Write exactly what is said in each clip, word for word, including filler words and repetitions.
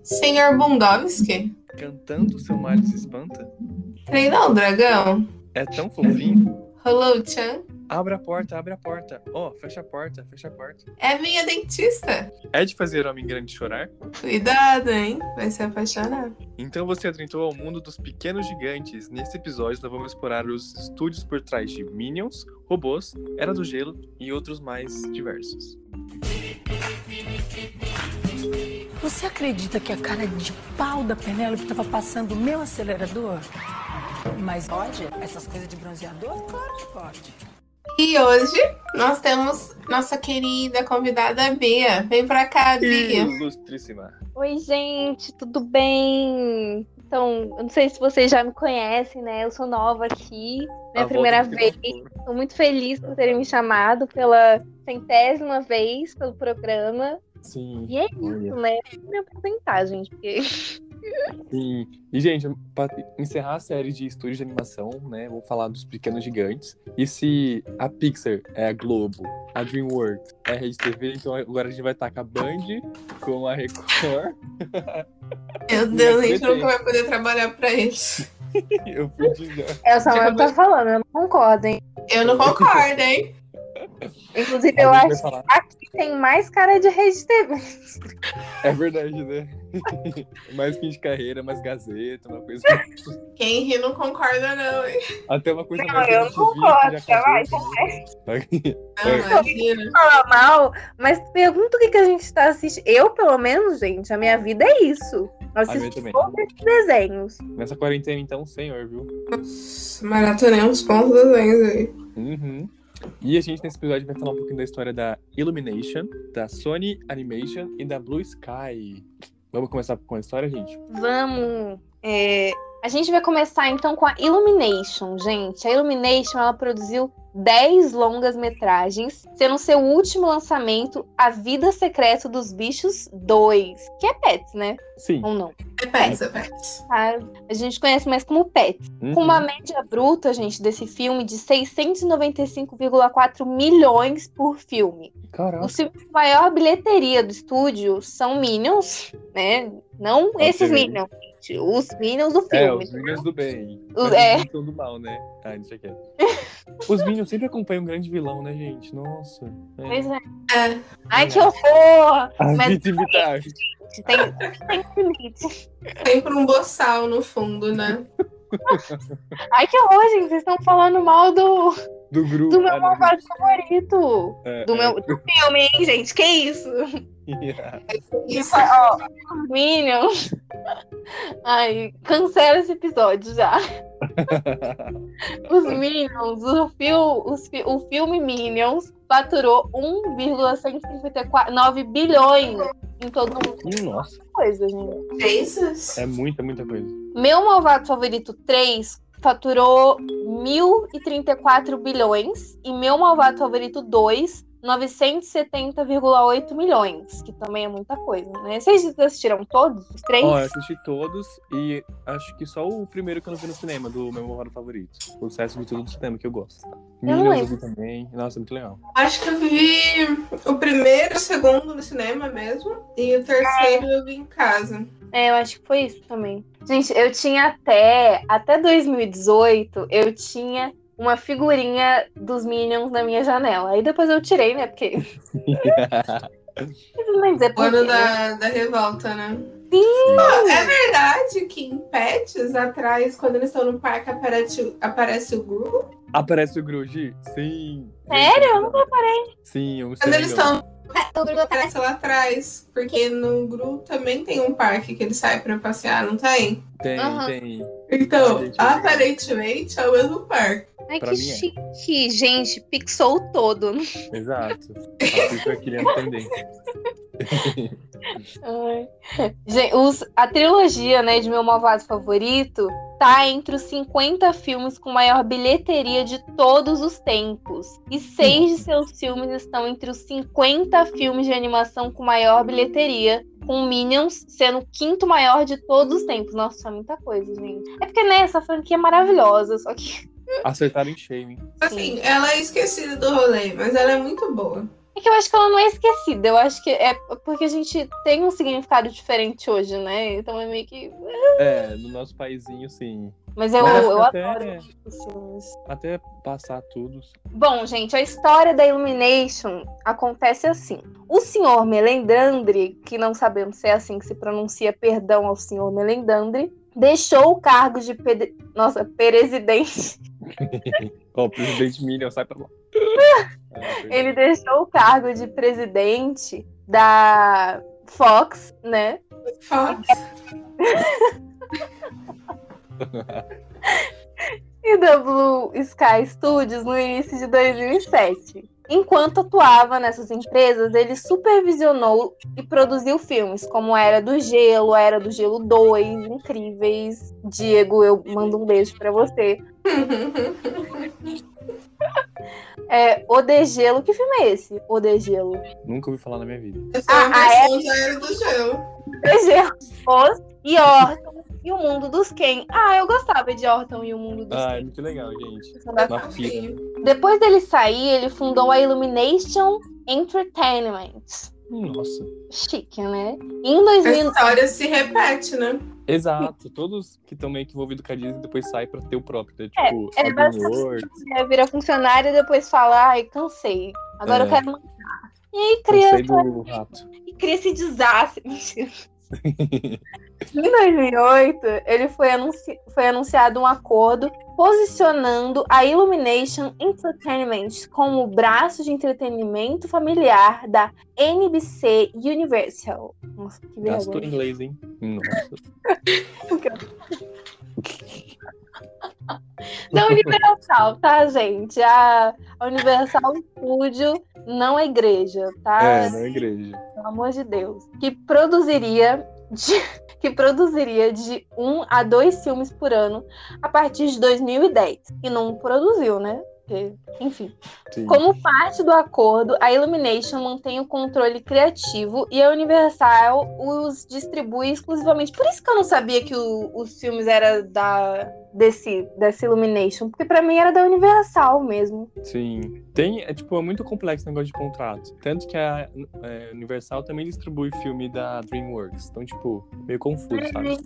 senhor Bundowski? Cantando Seu Malho se Espanta? Treinar o dragão? É tão fofinho. Hello-chan? Abre a porta, abre a porta. Ó, oh, fecha a porta, fecha a porta. É minha dentista. É de fazer homem grande chorar? Cuidado, hein? Vai se apaixonar. Então você adentrou ao mundo dos pequenos gigantes. Nesse episódio nós vamos explorar os estúdios por trás de Minions, robôs, Era do Gelo e outros mais diversos. Você acredita que a cara de pau da Penélope estava passando o meu acelerador? Mas pode? Essas coisas de bronzeador? Claro que pode. E hoje nós temos nossa querida convidada Bia. Vem pra cá, Bia. Ilustríssima. Oi, gente, tudo bem? Então, eu não sei se vocês já me conhecem, né? Eu sou nova aqui, minha A primeira volta do vez. tempo. Estou muito feliz por terem me chamado pela centésima vez pelo programa. Sim. E é olha. isso, né? Vou me apresentar, gente, porque... Sim. E, gente, para encerrar a série de estúdios de animação, né, vou falar dos pequenos gigantes. E se a Pixar é a Globo, a DreamWorks é a Rede T V, então agora a gente vai estar com a Band, com a Record. Meu Deus, a gente nunca vai poder trabalhar pra eles. Eu fui dizer. É, o Samuel tá falando, eu não concordo, hein? Eu não concordo, hein? Inclusive, A eu gente vai acho falar. que aqui tem mais cara de Rede T V. É verdade, né? Mais fim de carreira, mais gazeta, uma coisa. Quem ri não concorda, não, hein? Até uma coisa Não, mais eu não M T V, concordo, que já vai, acabou. Não, É. imagina. Fala mal, mas pergunta o que, que a gente tá assistindo. Eu, pelo menos, gente, a minha vida é isso. Eu A minha assisto também. todos esses desenhos. Nessa quarentena, então, senhor, viu? Maratonei uns pontos desenhos aí. Uhum. E a gente, nesse episódio, vai falar um pouquinho da história da Illumination, da Sony Animation e da Blue Sky. Vamos começar com a história, gente? Vamos. é, A gente vai começar então com a Illumination, gente. A Illumination, ela produziu dez longas-metragens, sendo seu último lançamento A Vida Secreta dos Bichos dois, que é Pets, né? Sim. Ou não? É pets, é pets. Tá? A gente conhece mais como Pets. Uhum. Com uma média bruta, gente, desse filme de seiscentos e noventa e cinco vírgula quatro milhões por filme. Caraca. Os filmes com maior bilheteria do estúdio são Minions, né? Não Ok. esses Minions, gente. Os Minions do É, filme. os Minions do bem. Os- Mas é. os Minions são do mal, né? Ah, deixa quieto. Os Minions sempre acompanham um grande vilão, né, gente? Nossa. É. Pois é. É. Ai, que horror! A Mas vida imitar. tem, tem limite. Sempre um boçal no fundo, né? Ai, que horror, gente. Vocês estão falando mal do, Do grupo. do meu Ah, não, malvado favorito. é, Do, é. meu, do filme, hein, gente? Que isso? Isso. Ó, os Minions. Ai, cancela esse episódio já. Os Minions, o, fil, os fi- o filme Minions faturou um vírgula cento e cinquenta e nove bilhões em todo mundo. Hum, Nossa, Coisa, gente. Jesus. é muita, muita coisa. Meu Malvado Favorito três faturou mil e trinta e quatro bilhões e Meu Malvado Favorito dois, novecentos e setenta vírgula oito milhões, que também é muita coisa, né? Vocês assistiram todos os três? Ó, eu assisti todos e acho que só o primeiro que eu não vi no cinema, do meu malvado favorito. O resto vi tudo do cinema, que eu gosto. não Minions eu lembro. vi também. Nossa, muito legal. Acho que eu vi o primeiro, o segundo no cinema mesmo. E o terceiro eu vi em casa. É, eu acho que foi isso também. Gente, eu tinha até, até dois mil e dezoito, eu tinha uma figurinha dos Minions na minha janela. Aí depois eu tirei, né? Porque. Mas é O ano porque... da, da revolta, né? Sim! Pô, é verdade que em Pets, atrás, quando eles estão no parque, aparece, aparece o Gru. Aparece o Gruji? Sim. Sério? Eu nunca reparei. Sim, eu Quando eles legal. estão. O Gru aparece lá atrás. Porque no Gru também tem um parque que ele sai pra passear, não tem? Tem, Aham. tem. Então, Ah, gente, aparentemente é o mesmo parque. Ai, Pra que mim é. chique, gente. Pixou todo. Exato. A Pixar criando tendência. Ai. Gente, os, a trilogia, né, de Meu Malvado Favorito tá entre os cinquenta filmes com maior bilheteria de todos os tempos. E seis de seus filmes estão entre os cinquenta filmes de animação com maior bilheteria, com Minions sendo o quinto maior de todos os tempos. Nossa, é muita coisa, gente. É porque, né, essa franquia é maravilhosa, só que... Acertaram em cheio, hein? Assim, ela é esquecida do rolê, mas ela é muito boa. É que eu acho que ela não é esquecida. Eu acho que é porque a gente tem um significado diferente hoje, né? Então é meio que... É, no nosso paizinho, sim. Mas eu, Mas eu até- adoro os filmes. Até passar tudo. Bom, gente, a história da Illumination acontece assim. O senhor Melendandri, que não sabemos se é assim que se pronuncia, perdão ao senhor Melendandri, deixou o cargo de pede... Nossa, presidente. Ó, o presidente Minion, sai pra lá. É, Ele deixou o cargo de presidente da Fox, né? Fox. E da Blue Sky Studios no início de dois mil e sete. Enquanto atuava nessas empresas, ele supervisionou e produziu filmes como A Era do Gelo, A Era do Gelo dois, incríveis. Diego, eu mando um beijo pra você. É, O de Gelo, que filme é esse? O de Gelo. Nunca ouvi falar na minha vida. Essa é Ah, a versão da Era do Gelo. O de Gelo, Os e Orton e o Mundo dos Ken. Ah, eu gostava de Orton e o Mundo dos Ah, é Ken. muito legal, gente. São da Na família. fila. né? Depois dele sair, ele fundou a Illumination Entertainment. Nossa. Chique, né? Em A dois mil... história se repete, né? Exato. Todos que estão meio que envolvidos com a Disney depois saem pra ter o próprio. Né? É, Tipo, é a basicamente DreamWorks. é, vira funcionário e depois fala, ai, cansei. Agora É. eu quero mandar. E aí cria, Cansei do rato. e cria esse desastre. Mentira. Em dois mil e oito, ele foi, anunci... foi anunciado um acordo posicionando a Illumination Entertainment como o braço de entretenimento familiar da N B C Universal. Nossa, que Gastou vergonha. inglês, hein? Nossa. Da Universal, tá, gente? A, a Universal Studio não é igreja, tá? É, na igreja. Pelo amor de Deus. Que produziria de, que produziria de um a dois filmes por ano a partir de dois mil e dez. E não produziu, né? Porque, enfim. Sim. Como parte do acordo, a Illumination mantém o controle criativo e a Universal os distribui exclusivamente. Por isso que eu não sabia que o- os filmes eram da, desse, dessa Illumination, porque pra mim era da Universal mesmo. Sim. Tem, é, tipo, é muito complexo o negócio de contrato. Tanto que a é, Universal também distribui filme da DreamWorks. Então, tipo, meio confuso, sabe?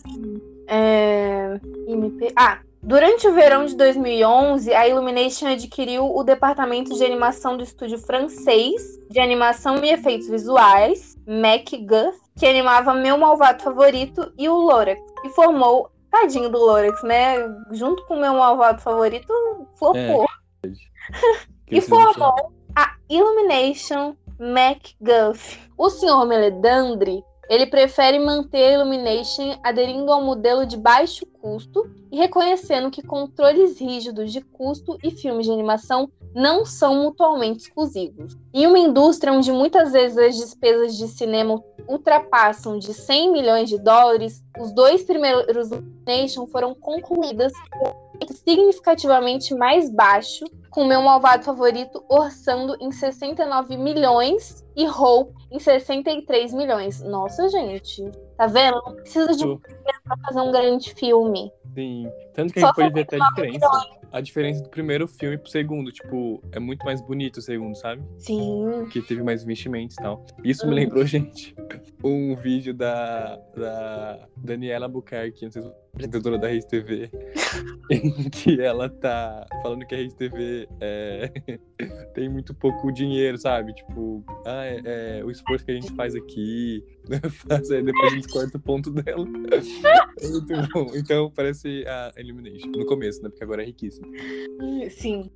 É, M P... Ah, durante o verão de dois mil e onze, a Illumination adquiriu o departamento de animação do estúdio francês de animação e efeitos visuais, MacGuff, que animava Meu Malvado Favorito e o Lorax, e formou, tadinho do Lorax, né? Junto com o Meu Malvado Favorito, flopou. Que E vocês não chamam. formou a Illumination MacGuff. O senhor Meledandri, ele prefere manter a Illumination aderindo ao modelo de baixo custo e reconhecendo que controles rígidos de custo e filmes de animação não são mutuamente exclusivos. Em uma indústria onde muitas vezes as despesas de cinema ultrapassam de cem milhões de dólares, os dois primeiros Illumination foram concluídas com um significativamente mais baixo, com Meu Malvado Favorito orçando em sessenta e nove milhões e Hope em sessenta e três milhões. Nossa, gente. Tá vendo? Não precisa de dinheiro pra fazer um grande filme. Sim. Tanto que a Só gente pode ver até a sessenta e nove diferença. A diferença do primeiro filme pro segundo. Tipo, é muito mais bonito o segundo, sabe? Sim. Que teve mais investimentos e tal. Isso me Hum. lembrou, gente, um vídeo da, da Daniela Albuquerque, não sei se é apresentadora da Rede T V, em que ela tá falando que a Rede T V é, tem muito pouco dinheiro, sabe? Tipo, ah, é, é, o esforço que a gente faz aqui, faz, aí depois a gente corta o ponto dela. É muito bom. Então parece a Illumination, no começo, né? Porque agora é riquíssimo. Sim.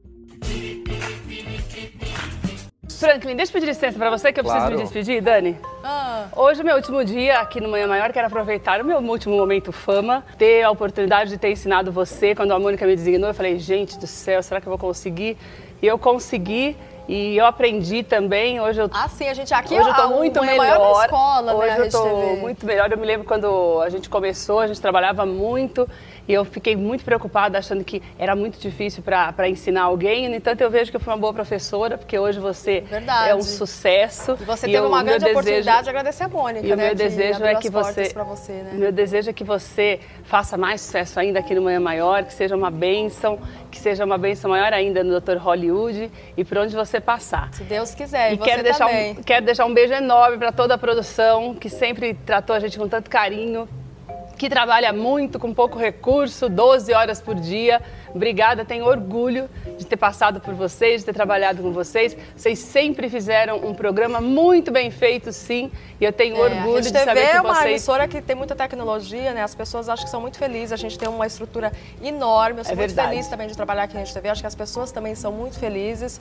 Franklin, deixa eu pedir licença pra você, que eu preciso Claro. me despedir, Dani. Ah, Hoje é meu último dia aqui no Manhã Maior, quero aproveitar o meu último momento fama, ter a oportunidade de ter ensinado você. Quando a Mônica me designou, eu falei, gente do céu, será que eu vou conseguir? E eu consegui, e eu aprendi também. Hoje eu ah, sim, a gente aqui Hoje eu tô a- muito o melhor. maior da escola, Hoje né, a eu Rede tô T V. muito melhor. Eu me lembro quando a gente começou, a gente trabalhava muito e eu fiquei muito preocupada, achando que era muito difícil para ensinar alguém. No entanto, eu vejo que eu fui uma boa professora, porque hoje você Verdade. é um sucesso. E você E teve eu- uma o meu grande desejo- oportunidade de agradecer a Mônica, E o né, meu desejo abriu é as que portas você, pra você, né? o meu desejo é que você faça mais sucesso ainda aqui no Manhã Maior, que seja uma bênção, que seja uma bênção maior ainda no doutor Hollywood e por onde você passar. Se Deus quiser, e, E você quero deixar, também. um, quero deixar um beijo enorme para toda a produção, que sempre tratou a gente com tanto carinho, que trabalha muito, com pouco recurso, doze horas por dia. Obrigada, tenho orgulho de ter passado por vocês, de ter trabalhado com vocês. Vocês sempre fizeram um programa muito bem feito, sim, e eu tenho É, orgulho a de Rede T V saber que é uma vocês... emissora que tem muita tecnologia, né? As pessoas acham que são muito felizes. A gente tem uma estrutura enorme. Eu sou É muito verdade. feliz também de trabalhar aqui na Rede T V. Acho que as pessoas também são muito felizes.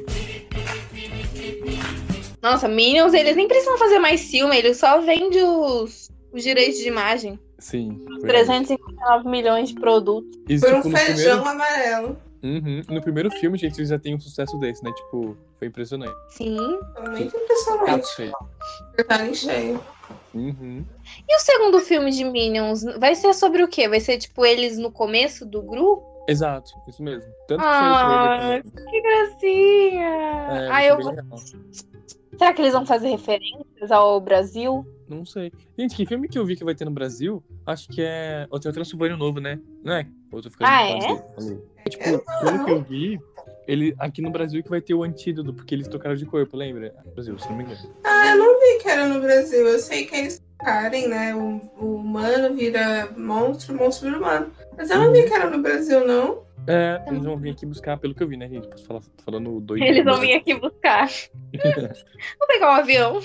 Nossa, Minions, eles nem precisam fazer mais filme, eles só vendem os, os direitos de imagem. Sim. verdade. trezentos e cinquenta e nove milhões de produtos. E, Por um tipo, no feijão primeiro... amarelo. Uhum. No primeiro filme, gente, eles já têm um sucesso desse, né? Tipo, foi impressionante. Sim. Foi muito Prato impressionante. cheio. Cartão cheio. Uhum. E o segundo filme de Minions vai ser sobre o quê? Vai ser, tipo, eles no começo do grupo? Exato, isso mesmo. Tanto que Ah, saiu o trailer também. que gracinha! É, ah, vai ser eu... bem legal. Será que eles vão fazer referências ao Brasil? Não sei. Gente, que filme que eu vi que vai ter no Brasil, acho que é o Hotel Transilvânia novo, né? Não é? Ou eu tô ficando Ah, fora é? dele. Tipo, pelo que eu vi, ele, aqui no Brasil que vai ter o antídoto, porque eles trocaram de corpo, lembra? Brasil, se não me engano. Ah, eu não vi que era no Brasil. Eu sei que eles ficarem, né? O, o humano vira monstro, o monstro vira humano. Mas eu não vi que era no Brasil, não. É, eles vão vir aqui buscar, pelo que eu vi, né, gente? Posso falar, tô falando dois. Eles vão vir aqui buscar. Vou pegar um avião.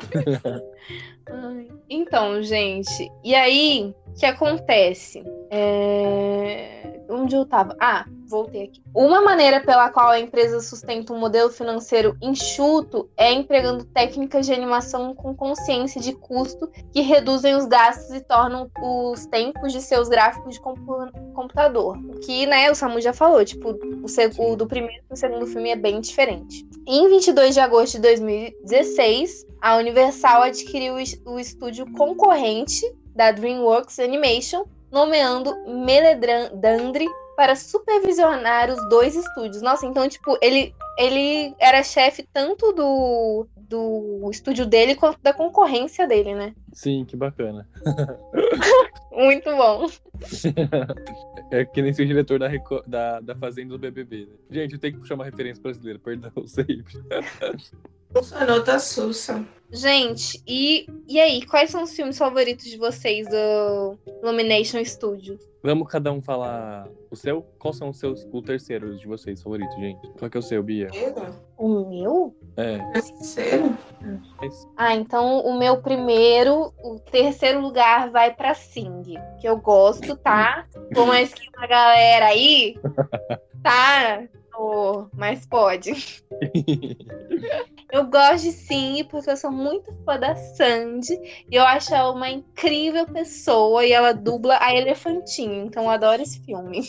Ai, então, gente, e aí, o que acontece? É... Onde eu tava? Ah, voltei aqui. Uma maneira pela qual a empresa sustenta um modelo financeiro enxuto é empregando técnicas de animação com consciência de custo que reduzem os gastos e tornam os tempos de seus gráficos de compu- computador. O que, né, o Samu já falou, tipo, o, seg- o do primeiro e o segundo filme é bem diferente. Em vinte e dois de agosto de dois mil e dezesseis, a Universal adquiriu o es- o estúdio concorrente da DreamWorks Animation, nomeando Meledandri para supervisionar os dois estúdios. Nossa, então, tipo, ele, ele era chefe tanto do, do estúdio dele quanto da concorrência dele, né? Sim, que bacana. Muito bom. É que nem ser o diretor da, Reco- da, da Fazenda do B B B, né? Gente, eu tenho que puxar uma referência brasileira, perdão, sempre. Funcionou, Sussa. Gente, e, e aí, quais são os filmes favoritos de vocês do Illumination Studios? Vamos cada um falar o seu? Quais são os seus, o terceiro de vocês favoritos, gente? Qual que é o seu, Bia? O meu? É. Terceiro? Ah, então o meu primeiro, o terceiro lugar vai pra Sing, que eu gosto, tá? Por mais que a galera aí, tá? Oh, mas pode. Eu gosto de Sing porque eu sou muito fã da Sandy e eu acho ela uma incrível pessoa e ela dubla a Elefantinho, então eu adoro esse filme.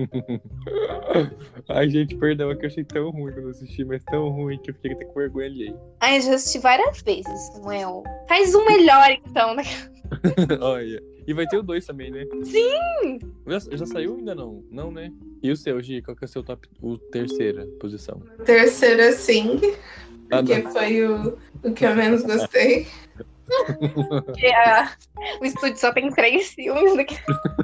Ai, gente, perdão, é que eu achei tão ruim quando eu assisti, mas tão ruim que eu fiquei até com vergonha alheia. Ai, eu já assisti várias vezes, Samuel. Faz um melhor, então, né? Olha. E vai ter o dois também, né? Sim! Já, já saiu ou ainda não? Não, né? E o seu, Gi? Qual que é o seu top, o terceira posição? Terceiro é Sing, Ah, porque não. foi o, o que eu menos gostei. Porque a- o estúdio só tem três filmes daqui.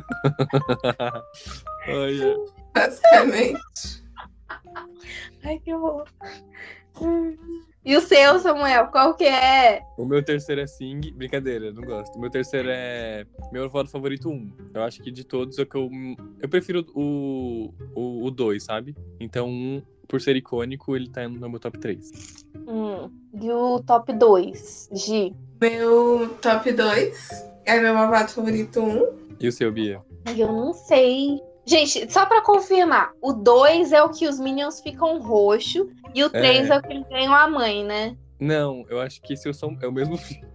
Olha. Basicamente. Ai, que horror. Hum. E o seu, Samuel, qual que é? O meu terceiro é Sing. Brincadeira, não gosto. O meu terceiro é meu voto favorito um. Eu acho que de todos é o que eu. Eu prefiro o o dois, sabe? Então, um, por ser icônico, ele tá no meu top três. Hum. E o top dois, Gi? Meu top dois é meu malvado favorito um. E o seu, Bia? Ai, eu não sei. Gente, só pra confirmar, o dois é o que os Minions ficam roxo e o três é, É. o que eles ganham a mãe, né? Não, eu acho que esse eu sou, é o mesmo filme.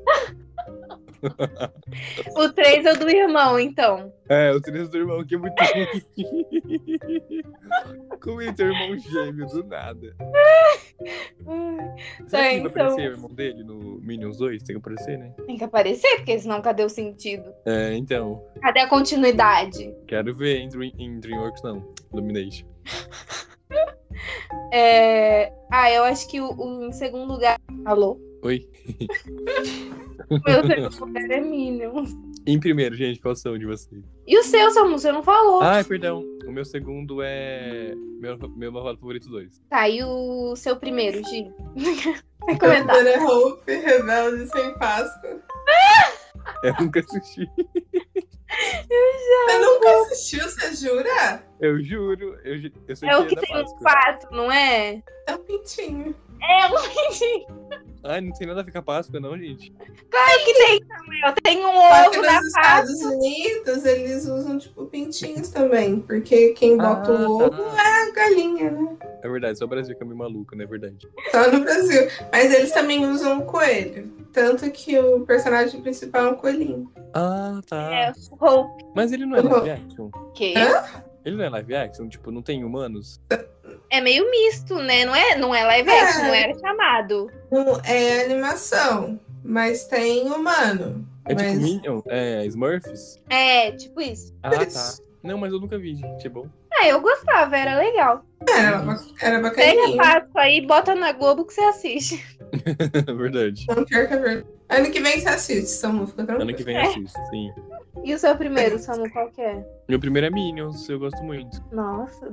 O três é o do irmão, então. É, o três do irmão, que é muito ruim. Como ele tem um irmão gêmeo do nada. Será que vai então- aparecer o irmão dele no Minions dois? Tem que aparecer, né? Tem que aparecer, porque senão cadê o sentido? É, então. Cadê a continuidade? Quero ver em, Dream, em DreamWorks, não. Illumination. É... Ah, eu acho que o, o- em segundo lugar. Alô? Oi? O meu segundo lugar é Minions. Em primeiro, gente, qual são de vocês? E o seu, Samu, você não falou. Ah, perdão. O meu segundo é meu, meu malvado favorito dois. Tá, e o seu primeiro, Gi? Vai Meu comentar. primeiro é Hope, Rebelde Sem Páscoa. Eu nunca assisti. Você nunca assistiu, você jura? Eu juro. Eu, ju- eu sei É o que que é da tem um Páscoa. pato, não é? É o Pintinho. É, um pintinho. Ai, não tem nada a ver com a Páscoa, não, gente. Claro que tem, Samuel. Tem um Só que ovo na nos Páscoa. Estados Unidos, eles usam, tipo, pintinhos também. Porque quem bota Ah, o ovo tá. é a galinha, né? É verdade, só o Brasil que é meio maluco, não é verdade? Só no Brasil. Mas eles também usam o coelho. Tanto que o personagem principal é um coelhinho. Ah, tá. É, o Hope. Mas ele não é live action? Que Ele não é live action? Tipo, não tem humanos? é meio misto, né? Não é, não é live É. action, não era chamado. Não é animação, mas tem humano. É mas... tipo Minion? É Smurfs? É, tipo isso. Ah, tá. Não, mas eu nunca vi, gente. É bom. Ah, eu gostava, era legal. Era, ba- era Pega a bacaninho. Páscoa aí, bota na Globo que você assiste. É verdade. Não, pior que é verdade. Ano que vem você assiste, Samu, fica tranquilo. Ano que vem É. assisto, sim. E o seu primeiro, Samu, qual que é? Meu primeiro é Minions, eu gosto muito. Nossa,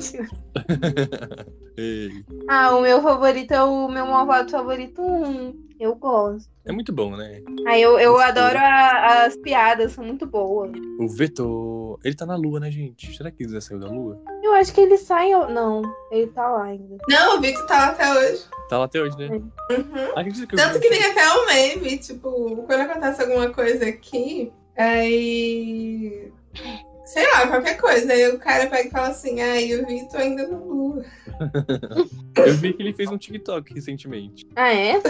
Ei. ah, o meu favorito é o meu malvado favorito um. Eu gosto. É muito bom, né? Ah, eu, eu Gostoso. adoro a- as piadas, são muito boas. O Vetor. Ele tá na lua, né, gente? Será que ele já saiu da lua? Eu acho que ele sai. Não, ele tá lá ainda. Não, o Vitor tá lá até hoje. Tá lá até hoje, né? Uhum. Acredita que eu Tanto vi- que tem até um meme, tipo, quando acontece alguma coisa aqui, aí. Sei lá, qualquer coisa. Aí o cara pega e fala assim, ai, o Vitor ainda não lua. Eu vi que ele fez um TikTok recentemente. Ah, é?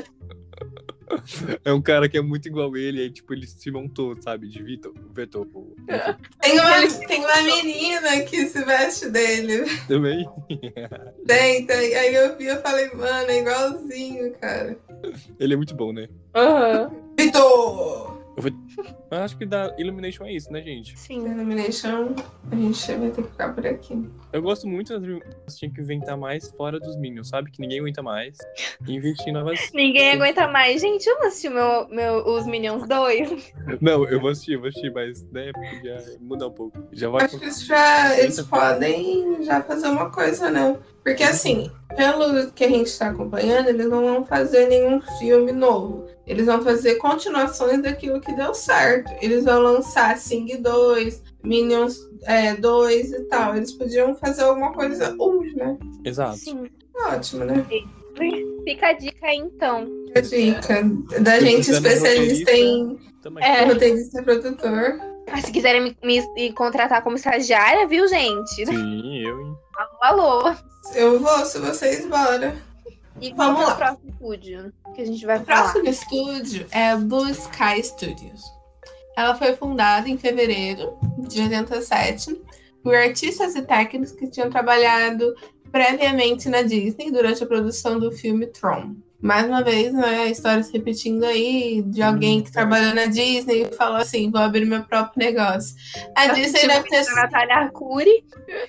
É um cara que é muito igual ele, aí, tipo, ele se montou, sabe? De Vitor. Vetor. Tem uma, tem uma menina que se veste dele. Também. Tem, tem. Aí eu vi, eu falei, mano, é igualzinho, cara. Ele é muito bom, né? Aham. Vitor! Mas acho que da Illumination é isso, né, gente? Sim. Illumination, a gente vai ter que ficar por aqui. Eu gosto muito das Dream- tinha que inventar mais fora dos Minions, sabe? Que ninguém aguenta mais. E investir em novas. Ninguém aguenta mais. Gente, eu não assisti meu, meu, os Minions dois. Não, eu vou assistir, eu vou assistir, mas né, podia mudar um pouco. Já vai. Acho que eles, já, eles podem já fazer uma coisa, né? Porque assim, pelo que a gente está acompanhando, eles não vão fazer nenhum filme novo. Eles vão fazer continuações daquilo que deu certo. Eles vão lançar Sing dois, Minions é, dois e tal. Eles podiam fazer alguma coisa hoje, né? Exato. Sim. Ótimo, né? Fica a dica aí, então. A dica da gente Precisando de especialista roteirista. em Tamo É. aqui. roteirista e produtor. Ah, se quiserem me, me- me contratar como estagiária, viu, gente? Sim, eu, hein? Alô, alô. Eu vou, se vocês bora. E qual Vamos que é lá. o próximo estúdio que a gente vai O falar? próximo estúdio é a Blue Sky Studios. Ela foi fundada em fevereiro de oitenta e sete por artistas e técnicos que tinham trabalhado previamente na Disney durante a produção do filme Tron. Mais uma vez, né, a história se repetindo aí de alguém que trabalhou na Disney e falou assim, vou abrir meu próprio negócio. A Disney deve ter A Natália Arcuri.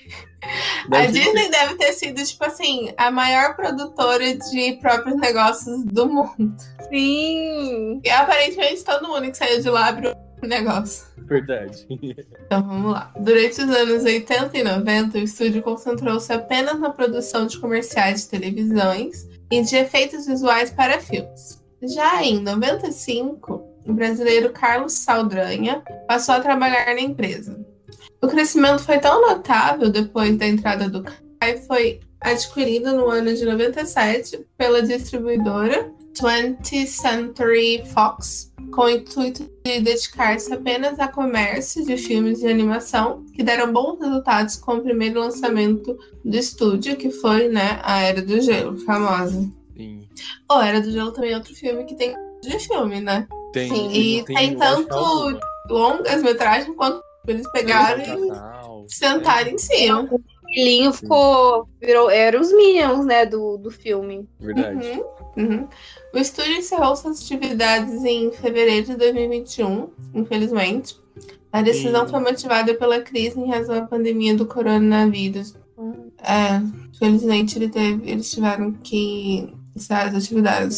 A Disney deve ter sido, tipo assim, a maior produtora de próprios negócios do mundo. Sim. E aparentemente todo mundo que saiu de lá abriu um negócio. Verdade. Então vamos lá. Durante os anos oitenta e noventa, o estúdio concentrou-se apenas na produção de comerciais de televisões e de efeitos visuais para filmes. Já em noventa e cinco, o brasileiro Carlos Saldanha passou a trabalhar na empresa. O crescimento foi tão notável depois da entrada do Kai, foi adquirido no ano de noventa e sete pela distribuidora twentieth Century Fox, com o intuito de dedicar-se apenas a comércio de filmes de animação, que deram bons resultados com o primeiro lançamento do estúdio, que foi, né, a Era do Gelo, famosa. Sim. Oh, a Era do Gelo também é outro filme que tem de filme, né? Tem, Sim. E tem o tanto Oscar, longas metragens quanto eles pegaram e Natal. sentaram em cima. O filhinho ficou. Virou, era os Minions, né, do, do filme. Verdade. Uhum, uhum. O estúdio encerrou suas atividades em fevereiro de dois mil e vinte e um, infelizmente. A decisão Sim. foi motivada pela crise em razão da pandemia do coronavírus. É, infelizmente ele teve, eles tiveram que encerrar as atividades.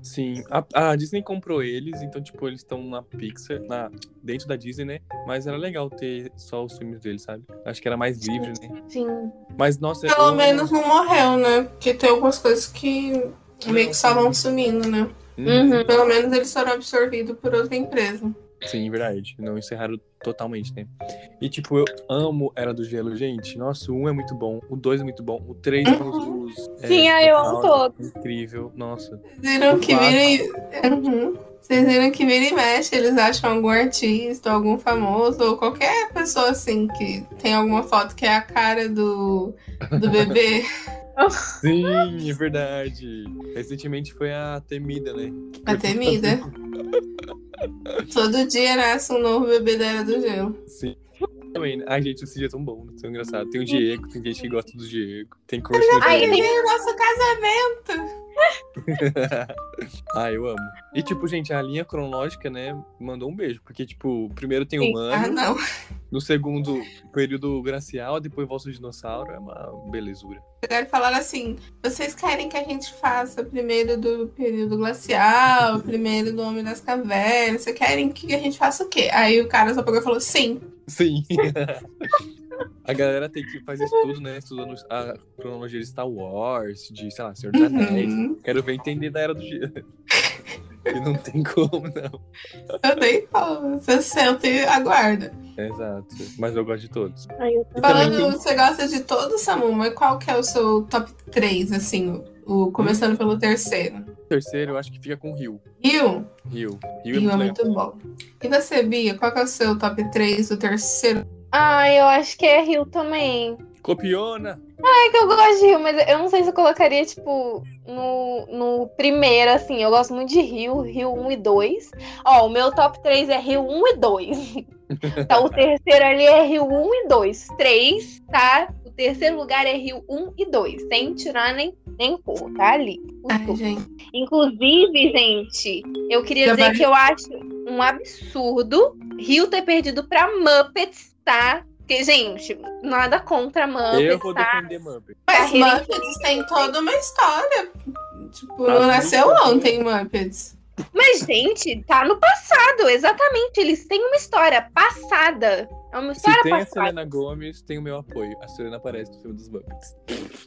Sim, a, a Disney comprou eles, então, tipo, eles estão na Pixar, na, dentro da Disney, né? Mas era legal ter só os filmes deles, sabe? Acho que era mais livre, né? Sim. Mas, nossa... Pelo eu... menos não morreu, né? Porque tem algumas coisas que meio que só vão sumindo, né? Uhum. Pelo menos eles foram absorvidos por outra empresa. Sim, verdade. Não encerraram totalmente, né? E, tipo, eu amo Era do Gelo, gente. Nossa, o um é muito bom, o dois é muito bom, o três com os... os Sim, é, eu amo dinossauros, todos. incrível, nossa. Vocês viram O que quatro. vira e... Uhum. Vocês viram que vira e mexe, eles acham algum artista, algum famoso, ou qualquer pessoa assim que tem alguma foto que é a cara do, do bebê. Sim, é verdade. Recentemente foi a Temida, né? A Temida. Todo dia nasce um novo bebê da Era do Gelo. Sim. Também, né? Ai, gente, esse dia é tão bom, né? Tão engraçado. Tem o Diego, tem gente que gosta do Diego. Tem curso do Ai, Diego. tem- E o nosso casamento. Ah, eu amo. E, tipo, gente, a linha cronológica, né, mandou um beijo. Porque, tipo, primeiro tem o Sim. Ah, humano, não. no segundo, período glacial, depois volta o dinossauro. É uma belezura. Agora falaram assim: vocês querem que a gente faça primeiro do período glacial, primeiro do Homem das Cavernas? Vocês querem que a gente faça o quê? Aí o cara só pegou e falou: sim. Sim. A galera tem que fazer estudo, né? Estudando a cronologia de Star Wars, de, sei lá, Senhor dos Anéis. Uhum. Quero ver entender da Era do Gelo. E não tem como, não. Eu nem falo. Você senta e aguarda. Exato. Mas eu gosto de todos. Ai, eu E também Falando, tem... você gosta de todos, Samu, mas qual que é o seu top três, assim, o, começando pelo terceiro? O terceiro, eu acho que fica com o Rio. Rio? Rio. Rio Rio é é muito legal. muito bom. E você, Bia, qual que é o seu top três do terceiro? Ah, eu acho que é Rio também. Copiona! É que eu gosto de Rio, mas eu não sei se eu colocaria, tipo, no, no primeiro, assim. Eu gosto muito de Rio, Rio um e dois. Ó, o meu top três é Rio um e dois. Tá, o terceiro ali é Rio um e dois. três, tá? O terceiro lugar é Rio um e dois. Sem tirar nem, nem pôr, tá ali. O Ai, topo. gente. Inclusive, gente, eu queria Já dizer vai- que eu acho um absurdo Rio ter perdido pra Muppets, tá? Porque, gente, nada contra Muppets, Eu vou tá? defender Muppet. Mas Carreira Muppets tem toda uma história. Tipo, Ah, não sim. nasceu ontem, Muppets. Mas, gente, tá no passado, exatamente. Eles têm uma história passada. É uma Se história tem a passada. Selena Gomez, tem o meu apoio. A Selena aparece no filme dos Muppets.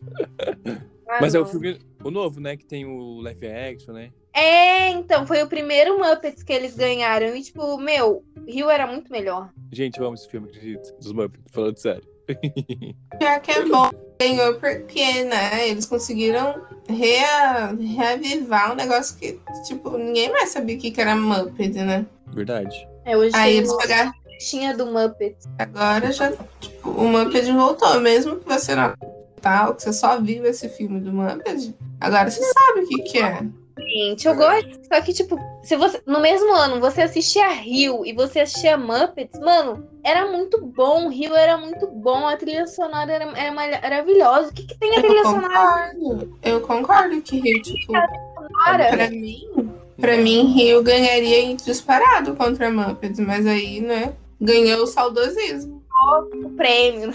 Ah, Mas é o não. filme, o novo, né? Que tem o live action, né? É, então, foi o primeiro Muppets que eles ganharam. E, tipo, meu, Rio era muito melhor. Gente, eu amo esse filme, acredito. Dos Muppets, falando sério. Já que é bom. Ganhou porque, né? Eles conseguiram rea- reavivar um negócio que, tipo, ninguém mais sabia o que que era Muppet, né? Verdade. É, hoje Aí tem eles uma pegaram. tinha do Muppets. Agora já, tipo, o Muppet voltou. Mesmo que você não tal, que você só viu esse filme do Muppet, agora você sabe o que que é. Gente, eu gosto. Só que, tipo, se você. No mesmo ano, você assistia Rio e você assistia Muppets, mano, era muito bom. Rio era muito bom. A trilha sonora era, era maravilhosa. O que, que tem a trilha Eu sonora? concordo. Eu concordo que Rio, tipo, Para? pra mim, pra mim, Rio ganharia em disparado contra Muppets, mas aí, né, ganhou o saudosismo. O prêmio.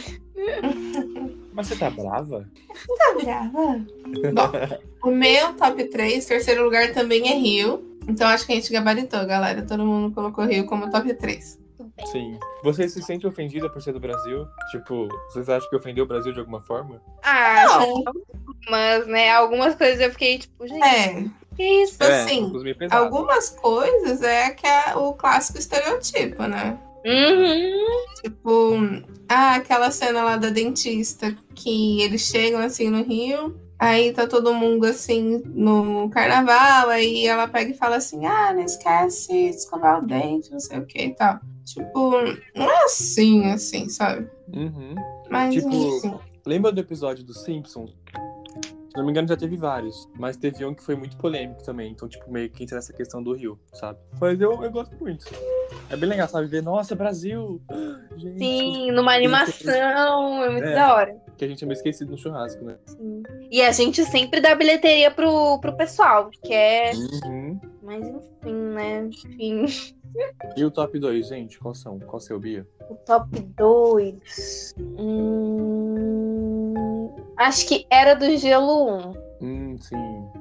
Mas você tá brava? Tá brava? Bom, o meu top três, terceiro lugar também é Rio. Então acho que a gente gabaritou, galera. Todo mundo colocou Rio como top três. Sim. Você se sente ofendida por ser do Brasil? Tipo, vocês acham que ofendeu o Brasil de alguma forma? Ah, Não, mas, né, algumas coisas eu fiquei, tipo, gente, é. que isso? Tipo assim, ficou meio pesado. algumas coisas é que é o clássico estereotipo, né? Uhum. Tipo, ah, aquela cena lá da dentista que eles chegam assim no Rio, aí tá todo mundo assim no carnaval, aí ela pega e fala assim, ah, não esquece de escovar o dente, não sei o que e tal. Tipo, não é assim, assim, sabe? Uhum. Mas Tipo, enfim. lembra do episódio dos Simpsons? Se não me engano, já teve vários. Mas teve um que foi muito polêmico também. Então, tipo, meio que entra nessa questão do Rio, sabe? Mas eu, eu gosto muito. É bem legal, sabe? Ver, nossa, Brasil! Gente, Sim, numa animação, é muito É. da hora. que a gente é meio esquecido no churrasco, né? Sim. E a gente sempre dá bilheteria pro, pro pessoal, que é. Uhum. Mas enfim, né? Enfim. E o top dois, gente? Qual são? Qual seu, Bia? O top dois. Hum... Acho que Era do Gelo um. Hum, sim.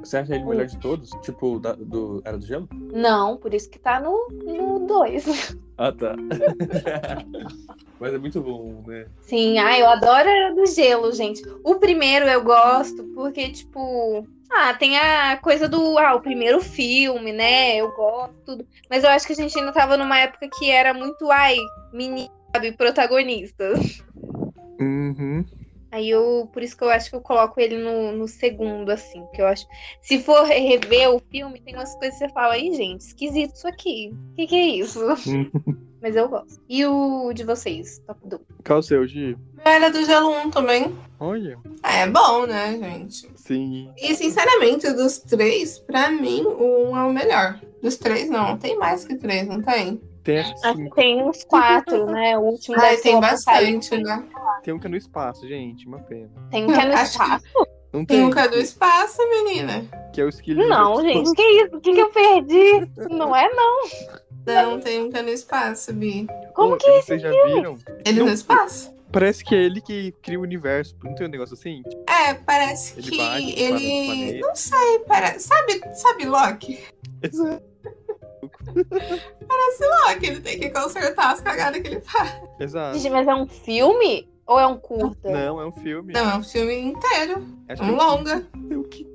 Você acha ele o melhor de todos? Tipo, da, do Era do Gelo? Não, por isso que tá no dois. Ah, tá. Mas é muito bom, né? Sim, ah, eu adoro Era do Gelo, gente. O primeiro eu gosto porque, tipo... Ah, tem a coisa do... Ah, o primeiro filme, né? Eu gosto, tudo. Mas eu acho que a gente ainda tava numa época que era muito... Ai, menina, sabe? Protagonista. Uhum. Aí eu... Por isso que eu acho que eu coloco ele no, no segundo, assim. Que eu acho... Se for rever o filme, tem umas coisas que você fala... Aí, gente, esquisito isso aqui. O que que é isso? Mas eu gosto. E o de vocês? Top dois. Qual o seu, Gi? Era do Gelo um também. Olha. Ah, é bom, né, gente? Sim. E, sinceramente, dos três, pra mim, o um é o melhor. Dos três, não. Tem mais que três, não tem? Tem acho que Acho que cinco. tem uns quatro, né? O último Ai, deve ser tem o Apocalipse. bastante, né? Tem um que é no espaço, gente. Uma pena. Tem um que é no Acho que- espaço? Não Tem tem. um que é do espaço, menina. Que é o esquilo. Não, gente. Que isso? O que, que eu perdi? Não é, não. Não, tem um que é no espaço, Bi. Como Pô, que é esse Vocês já viram? Ele Não, no espaço? Parece que é ele que cria o universo. Não tem um negócio assim? É, parece Ele que bate nos ele... planetas. Não sei, parece... Sabe, sabe Loki? Exato. Loki, ele tem que consertar as cagadas que ele faz. Exato. Gente, mas é um filme? Ou é um curta? Não, é um filme. Não, é um filme inteiro. Acho É que um longa. é o que.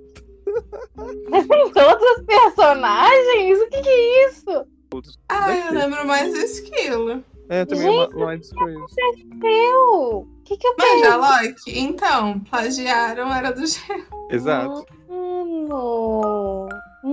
Tem todos os personagens? O que, que é isso? Ah, Deve eu ter. lembro mais do esquilo. É, também é uma, uma das coisas. Eu? O que, que eu Mas perdi? já, Loki, então, plagiaram Era do Gelo. Exato. Mano.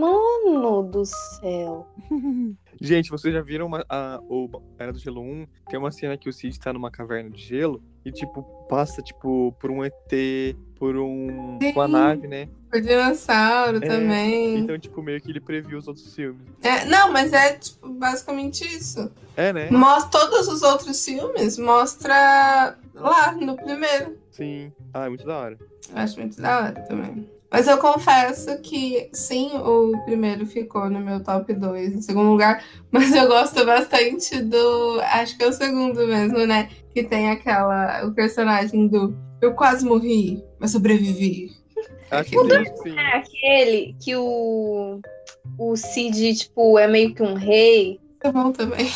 Mano do céu. Gente, vocês já viram uma, a, o Era do Gelo um? Tem uma cena que o Cid tá numa caverna de gelo e, tipo, passa, tipo, por um E T, por um... Sim. uma nave, né? O dinossauro É, também. Então, tipo, meio que ele previu os outros filmes. É, não, mas é tipo, basicamente isso. É, né? Mostra todos os outros filmes, mostra lá no primeiro. Sim. Ah, é muito da hora. Eu acho muito da hora também. Mas eu confesso que sim, o primeiro ficou no meu top dois em segundo lugar, mas eu gosto bastante do. Acho que é o segundo mesmo, né? Que tem aquela. O personagem do Eu quase morri, mas sobrevivi. Acho que sim, sim. É aquele que o. O Cid, tipo, é meio que um rei. É bom também.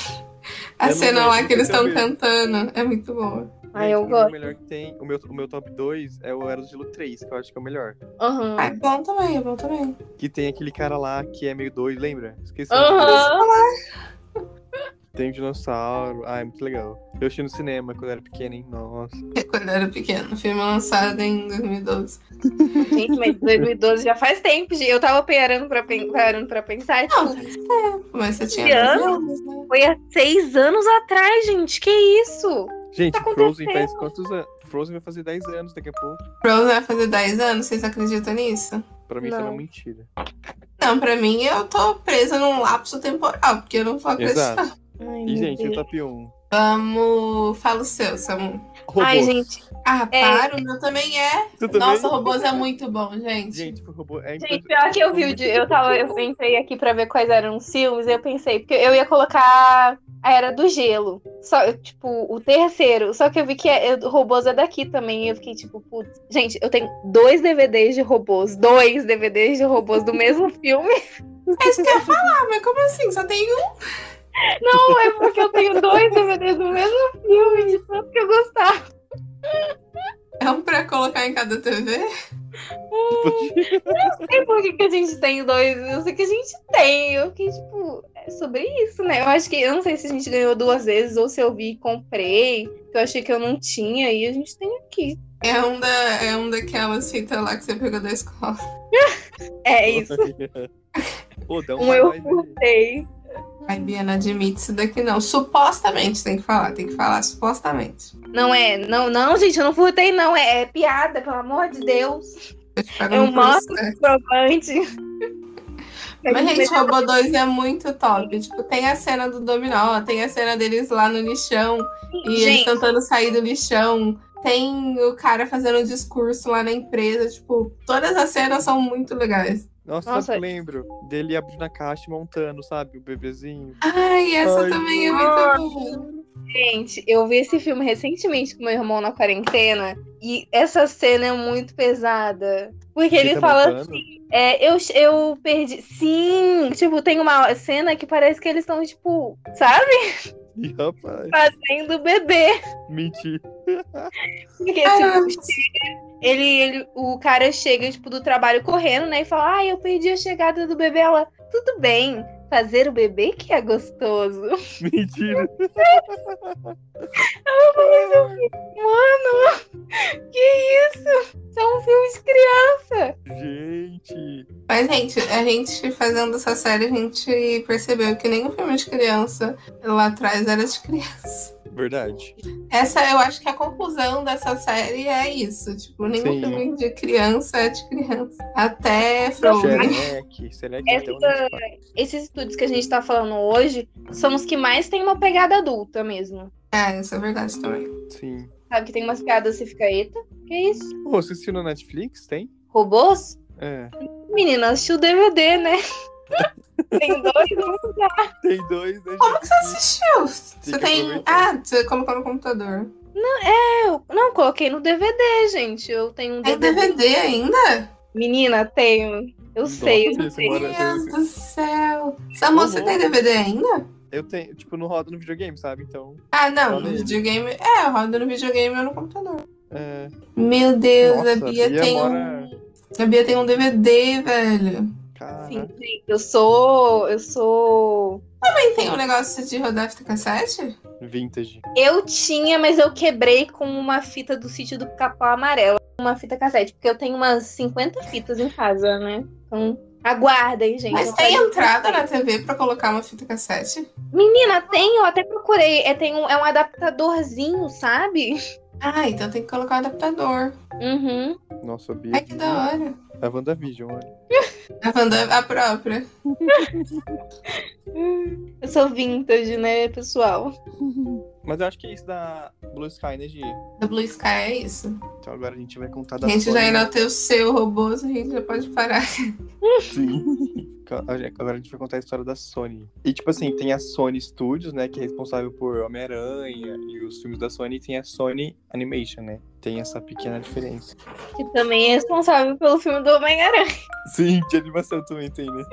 A Eu não cena lembro, lá que eles nunca estão vi. cantando é muito boa. Ah, Gente, eu pra mim, gosto. O melhor que tem, o meu, o meu top dois é o Era do Gelo três, que eu acho que é o melhor. Aham. Ah, é bom também, é bom também. Que tem aquele cara lá que é meio doido, lembra? Esqueci. o nome dele. Aham. Tem um dinossauro. Ah, é muito legal. Eu assisti no cinema quando eu era pequeno, hein? Nossa. Quando eu era pequeno, filme lançado em dois mil e doze. Gente, mas dois mil e doze já faz tempo. gente. Eu tava parando pra, pen- parando pra pensar. Tipo, Não, faz tempo, mas você tinha Que doze ano? anos, né? foi há seis anos atrás, gente. Que isso? Gente, Tá Frozen acontecendo? faz quantos anos? Frozen vai fazer dez anos daqui a pouco. Frozen vai fazer dez anos, vocês acreditam nisso? Pra mim isso é Não. uma mentira. Não, pra mim eu tô presa num lapso temporal, porque eu não vou acreditar. Exato. Ai, E, meu gente, o Deus. top um. Vamos. Fala o seu, Samu. Robôs. Ai, gente. Ah, É. para, o meu também é. Você também? Nossa, robôs é muito bom, gente. Gente, o robô é Gente, pior que eu vi o de, eu tava, eu entrei aqui pra ver quais eram os filmes, e eu pensei, porque eu ia colocar a Era do Gelo. Só, tipo, o terceiro. Só que eu vi que é, eu- robôs é daqui também. E eu fiquei tipo, putz. Gente, eu tenho dois D V Ds de robôs. Dois D V Ds de robôs do mesmo filme. É isso que eu ia falar, mas como assim? Só tem um? Não, é porque eu tenho dois D V Ds do mesmo filme, de tanto que eu gostava. É um pra colocar em cada T V? Não sei por que, que a gente tem dois. Eu sei que a gente tem. Eu fiquei, tipo, é sobre isso, né? Eu acho que. Eu não sei se a gente ganhou duas vezes ou se eu vi e comprei. Que eu achei que eu não tinha e a gente tem aqui. É um, da, é um daquelas fitas lá que você pegou da escola. É isso. Pô, dá Um uma eu raiva. furtei. Ai, Bia, não admite isso daqui não. Supostamente tem que falar, tem que falar supostamente. Não é. Não, não, gente, eu não furtei, não. É, é piada, pelo amor de Deus. Eu te pego Eu no mostro processo. provante. Mas, gente, Robô dois é muito top. Tipo, tem a cena do dominó, tem a cena deles lá no lixão e eles Gente, tentando sair do lixão. Tem o cara fazendo um discurso lá na empresa. Tipo, todas as cenas são muito legais. Nossa, Nossa. sabe o que eu lembro? Dele abrindo a caixa e montando, sabe? O bebezinho. Ai, essa Ai, também é nossa. muito boa. Gente, eu vi esse filme recentemente com meu irmão na quarentena e essa cena é muito pesada. Porque ele tá fala montando? assim, é, eu, eu perdi. Sim, tipo, tem uma cena que parece que eles estão, tipo, sabe? Ih, rapaz, Fazendo bebê. mentira. Porque, Ah, tipo, ele, ele, o cara chega, tipo, do trabalho correndo, né? E fala, ah, eu perdi a chegada do bebê. Ela, tudo bem, fazer o bebê que é gostoso. Mentira. Mano, que isso? Isso é um filme de criança. Gente. Mas, gente, a gente fazendo essa série, a gente percebeu que nenhum filme de criança lá atrás era de criança. Verdade. Essa, eu acho que a conclusão dessa série é isso. Tipo, nenhum Sim. filme de criança é de criança. Até Frozen. Xerec, Xerec Essa- até o Netflix. Esses estúdios que a gente tá falando hoje são os que mais têm uma pegada adulta mesmo. É, isso é verdade também. Sim. Sabe que tem umas piadas você fica, eita, que isso? Pô, você assistiu no Netflix? Tem? Robôs? É. Menina, assistiu o D V D, né? Tem dois, né? Tem dois, né? Como que você assistiu? Você que tem. aproveitar. Ah, você colocou no computador. Eu não, coloquei no D V D, gente. Eu tenho um Tem D V D. D V D ainda? Menina, tenho. Eu sei, eu Nossa, sei. você Meu mora- Deus do céu. Samu, você tem D V D ainda? Eu tenho, tipo, não roda no videogame, sabe? Então, Ah, não. Roda No ele. videogame. É, roda no videogame ou no computador. é... Meu Deus, Nossa, a Bia, Bia tem mora- um. A Bia tem um D V D, velho. Cara, Sim, gente. Eu sou. Eu sou. Também tem um negócio de rodar fita cassete? vintage. Eu tinha, mas eu quebrei com uma fita do sítio do Capão Amarelo. Uma fita cassete, porque eu tenho umas cinquenta fitas em casa, né? Então, aguardem, gente. Mas Eu tem falei- entrada na T V pra colocar uma fita cassete? Menina, tem, eu até procurei. É, tem um, é um adaptadorzinho, sabe? Ah, então tem que colocar o adaptador. Uhum. Nossa, a Bia. Ai, que da hora. É a WandaVision, olha. A Wanda, a própria. Eu sou vintage, né, pessoal? Mas eu acho que é isso da Blue Sky, né, Gi? Do Blue Sky é isso. Então agora a gente vai contar da A gente Sony. já enalteceu o robô, a gente já pode parar. Sim. Agora a gente vai contar a história da Sony. E, tipo assim, tem a Sony Studios, né, que é responsável por Homem-Aranha e os filmes da Sony, e tem a Sony Animation, né? Tem essa pequena diferença. Que também é responsável pelo filme do Homem-Aranha. Sim, de animação também tem, né?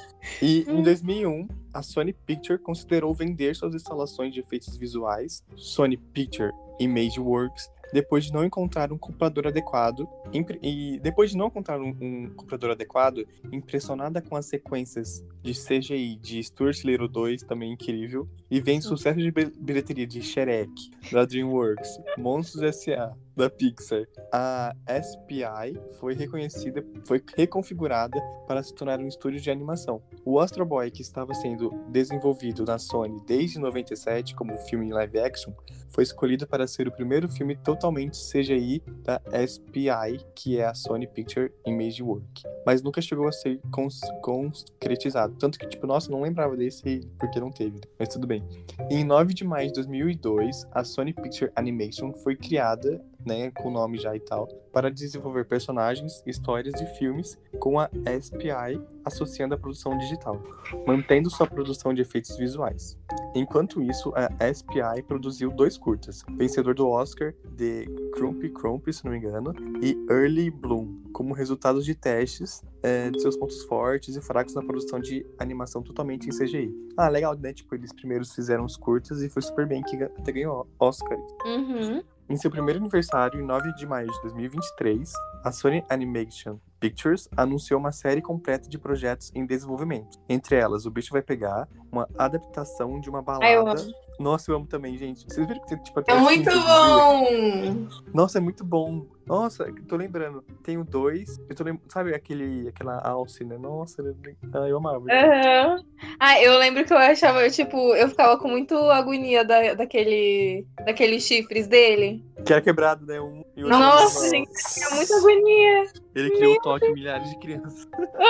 E em dois mil e um, a Sony Picture considerou vender suas instalações de efeitos visuais, Sony Picture Imageworks, depois de não encontrar um computador adequado, impre- e depois de não encontrar um, um computador adequado, impressionada com as sequências de C G I de Stuart Little dois, também incrível, e vem sucesso de bil- bilheteria de Shrek, da DreamWorks, Monstros S A, da Pixar. A S P I foi reconhecida, foi reconfigurada para se tornar um estúdio de animação. O Astro Boy, que estava sendo desenvolvido na Sony desde noventa e sete como filme em live action, foi escolhido para ser o primeiro filme totalmente C G I da S P I, que é a Sony Picture Imageworks, mas nunca chegou a ser cons- concretizado. Tanto que, tipo, nossa, não lembrava desse porque não teve, mas tudo bem. Em nove de maio de dois mil e dois, a Sony Picture Animation foi criada, né, com o nome já e tal, para desenvolver personagens, histórias e filmes com a S P I associando a produção digital, mantendo sua produção de efeitos visuais. Enquanto isso, a S P I produziu dois curtas, vencedor do Oscar de Crumpy Crumpy, se não me engano, e Early Bloom, como resultados de testes é, de seus pontos fortes e fracos na produção de animação totalmente em C G I. Ah, legal, né? Tipo, eles primeiros fizeram os curtas e foi super bem que até ganhou Oscar. Uhum. Em seu primeiro aniversário, em nove de maio de dois mil e vinte e três, a Sony Animation Pictures anunciou uma série completa de projetos em desenvolvimento. Entre elas, O Bicho Vai Pegar, uma adaptação de uma balada. Ai, eu amo. Nossa, eu amo também, gente. Vocês viram que tem, tipo, até É o muito cinco bom! Nossa, é muito bom. Nossa, eu tô lembrando. Tem o dois. Eu tô lembrando. Sabe aquele, aquela alce, né? Nossa, eu, ah, eu amava. Uhum. Ah, eu lembro que eu achava, tipo, eu ficava com muito agonia da, daquele, daqueles chifres dele. Que era quebrado, né? Um e outro. Nossa, normal. gente, tinha muita agonia. Ele criou o toque em milhares de crianças.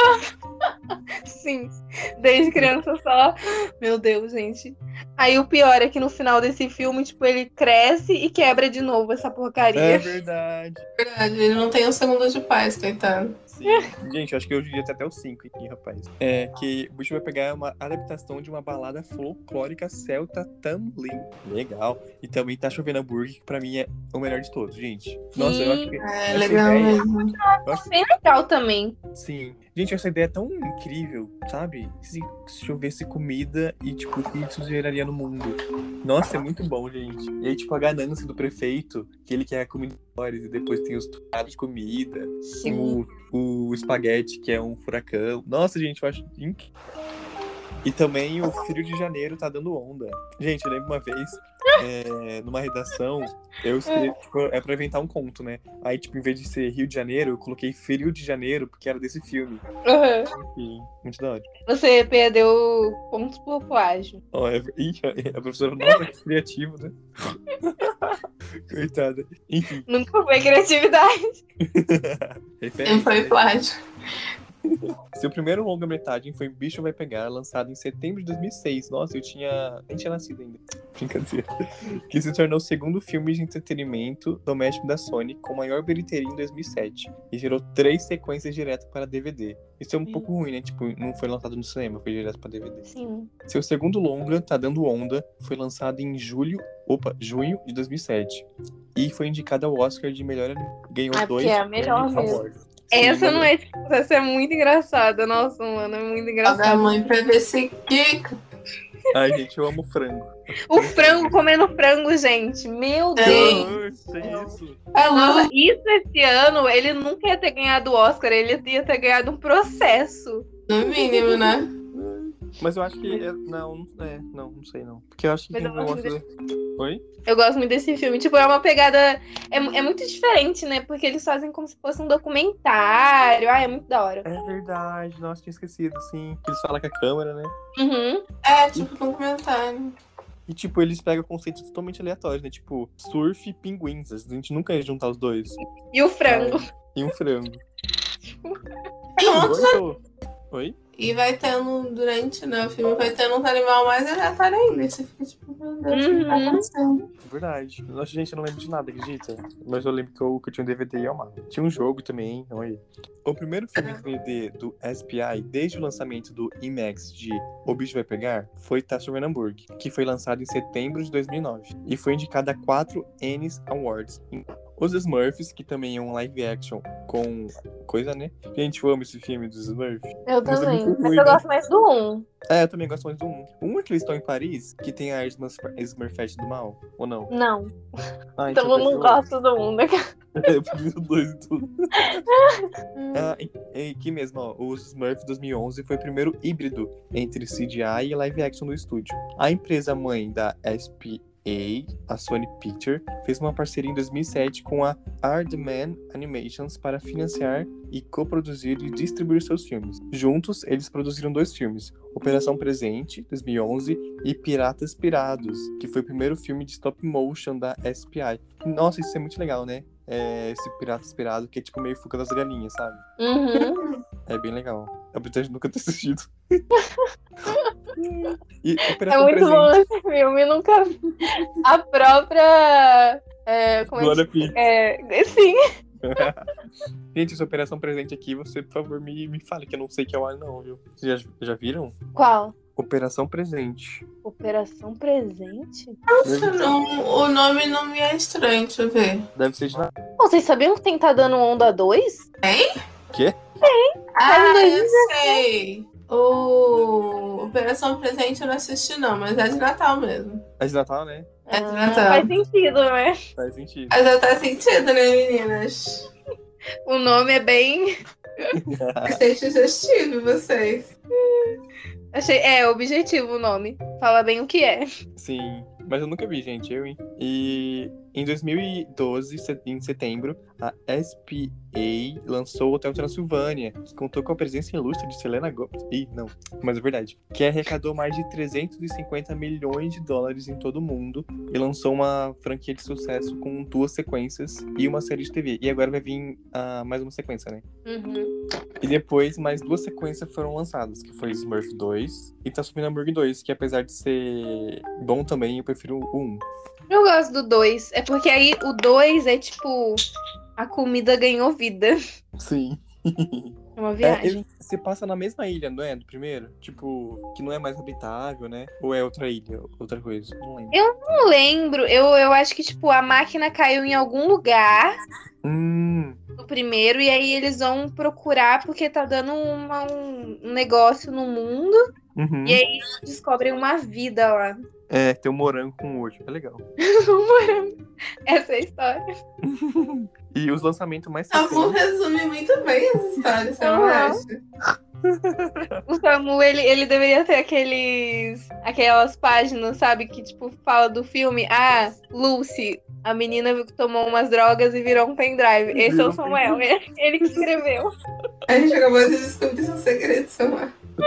Sim, desde criança só. Meu Deus, gente. Aí o pior é que no final desse filme, tipo, ele cresce e quebra de novo essa porcaria. É verdade. Verdade, ele não tem um segundo de paz, coitado. Sim. Gente, eu acho que eu devia ter até o cinco aqui, rapaz. É que o Bicho Vai Pegar é uma adaptação de uma balada folclórica celta Tamlin. Legal. E também Tá Chovendo Hambúrguer, que pra mim é o melhor de todos, gente. Nossa, eu acho que. É essa legal ideia- mesmo. eu acho- Bem legal também. Sim. Gente, essa ideia é tão incrível, sabe? Se chovesse comida e, tipo, o que isso geraria no mundo. Nossa, é muito bom, gente. E aí, tipo, a ganância do prefeito, que ele quer comida e depois tem os torrados de comida. Tem o, o espaguete, que é um furacão. Nossa, gente, eu acho incrível. E também o Filho de Janeiro tá dando onda. Gente, eu lembro uma vez, é, numa redação, eu escrevi, tipo, é pra inventar um conto, né? Aí, tipo, em vez de ser Rio de Janeiro, eu coloquei Filho de Janeiro, porque era desse filme. Uhum. E, muito da hora. Você perdeu pontos por plágio. Ó, é, ih, a professora, nossa, que criativo, né? Coitada. Enfim. Nunca foi criatividade. Sempre foi plágio. Seu primeiro longa-metragem foi Bicho Vai Pegar, lançado em setembro de dois mil e seis. Nossa, eu tinha... nem tinha nascido ainda. Brincadeira. Que se tornou o segundo filme de entretenimento doméstico da Sony, com maior bilheteria em dois mil e sete. E gerou três sequências direto para D V D. Isso é um Sim. pouco ruim, né? Tipo, não foi lançado no cinema, foi direto para D V D. Sim. Seu segundo longa, Tá Dando Onda, foi lançado em julho... Opa, junho de dois mil e sete. E foi indicado ao Oscar de melhor... Ganhou Ah, dois porque é a melhor Grammy mesmo. Awards. Sim, Essa mas- não é, tipo, essa é muito engraçada. Nossa, mano, é muito Da engraçada. mãe pra ver se quica. Ai, gente, eu amo frango. O frango comendo frango, gente. Meu É. Deus. Que isso? É Nossa, louco. isso esse ano, ele nunca ia ter ganhado o Oscar, ele ia ter ganhado um processo. No mínimo, né? Mas eu acho que. é- Não, não- é, não, não sei não. Porque eu acho que Mas tem eu um gosto negócio. Oi? Eu gosto muito desse filme. Tipo, é uma pegada. É, é muito diferente, né? Porque eles fazem como se fosse um documentário. Ah, é muito da hora. É verdade, nossa, tinha esquecido, sim. Que eles falam com a câmera, né? Uhum. É, tipo, um comentário. E, tipo, eles pegam conceitos totalmente aleatórios, né? Tipo, surf e pinguins. A gente nunca ia juntar os dois. E o frango. E um frango. Nossa. Oi? Oi? E vai tendo, durante né, o filme, vai tendo uns animais mais aleatórios ainda. Você fica tipo, meu Deus, o que tá Uhum. acontecendo? Verdade. Nossa, gente, eu não lembro de nada, acredita? Mas eu lembro que eu, que eu tinha um D V D e eu amava. Tinha um jogo também, oi. O primeiro filme em D V D do S P I, desde o lançamento do IMAX de O Bicho Vai Pegar, foi Tá Chovendo Hambúrguer, que foi lançado em setembro de dois mil e nove. E foi indicado a quatro Emmys Awards. Os Smurfs, que também é um live action com coisa, né? Gente, eu amo esse filme dos Smurfs. Eu Mas é também. muito Mas ruim, eu né? gosto mais do um. É, eu também gosto mais do um. Um é que eles estão em Paris, que tem a Smurf- Smurfette do mal, ou não? Não. Ah, Então eu não prefiro- gosto do um. Né? Eu prefiro dois e tudo. Ah, e, e aqui mesmo, ó, o Smurf dois mil e onze foi o primeiro híbrido entre C G I e live action do estúdio. A empresa mãe da S P A, a Sony Picture, fez uma parceria em dois mil e sete com a Aardman Animations para financiar e coproduzir e distribuir seus filmes. Juntos, eles produziram dois filmes, Operação Presente, dois mil e onze, e Piratas Pirados, que foi o primeiro filme de stop motion da S P I. Nossa, isso é muito legal, né? É, esse Piratas Pirado, que é tipo meio Fuga das Galinhas, sabe? Uhum. É bem legal. Eu pretendo nunca ter assistido. E É Operação muito Presente. bom esse filme. Nunca vi. A própria. É, como é Glória que... Pires. é, sim. Gente, essa Operação Presente aqui, você, por favor, me, me fale, que eu não sei que é o ar, não, viu? Vocês já, já viram? Qual? Operação Presente. Operação Presente? Nossa, não, o nome não me é estranho, deixa eu ver. Deve ser de nada. Pô, vocês sabiam que tem Tá Dando Onda dois? Quê? Ah, dois mil eu sei. O Operação Presente eu não assisti, não, mas é de Natal mesmo. É de Natal, né? É de Ah, Natal. faz sentido, né? Faz sentido. Mas já tá sentido, né, meninas? O nome é bem. Achei sugestivo vocês. Achei... É, objetivo o nome. Fala bem o que é. Sim, mas eu nunca vi, gente, eu, hein? E em dois mil e doze, se- em setembro, a S P A lançou o Hotel Transilvânia, que contou com a presença ilustre de Selena Gomez. Ih, não, mas é verdade. Que arrecadou mais de trezentos e cinquenta milhões de dólares em todo o mundo e lançou uma franquia de sucesso com duas sequências e uma série de T V. E agora vai vir ah, mais uma sequência, né? Uhum. E depois, mais duas sequências foram lançadas, que foi Smurf dois e Tá Chovendo Hambúrguer dois, que apesar de ser bom também, eu prefiro o um. Eu gosto do dois. É porque aí o dois é tipo. A comida ganhou vida. Sim. É uma É, viagem. ele se passa na mesma ilha, não é? Do primeiro? Tipo, que não é mais habitável, né? Ou é outra ilha, outra coisa? Não lembro. Não lembro. Eu, eu acho que, tipo, a máquina caiu em algum lugar Hum, no primeiro, e aí eles vão procurar porque tá dando uma- um um negócio no mundo, uhum. e aí eles descobrem uma vida lá. É, tem um morango com urso, é legal. Essa é a história. E os lançamentos mais Samu recentes. resume muito bem as histórias, você não Uhum. acha? O Samu, ele, ele deveria ter aqueles, aquelas páginas, sabe, que, tipo, fala do filme. Ah, Lucy, a menina que tomou umas drogas e virou um pendrive. Esse é Virou o um Samuel, ele, ele que escreveu. A gente acabou de descobrir seu segredo, Samuel.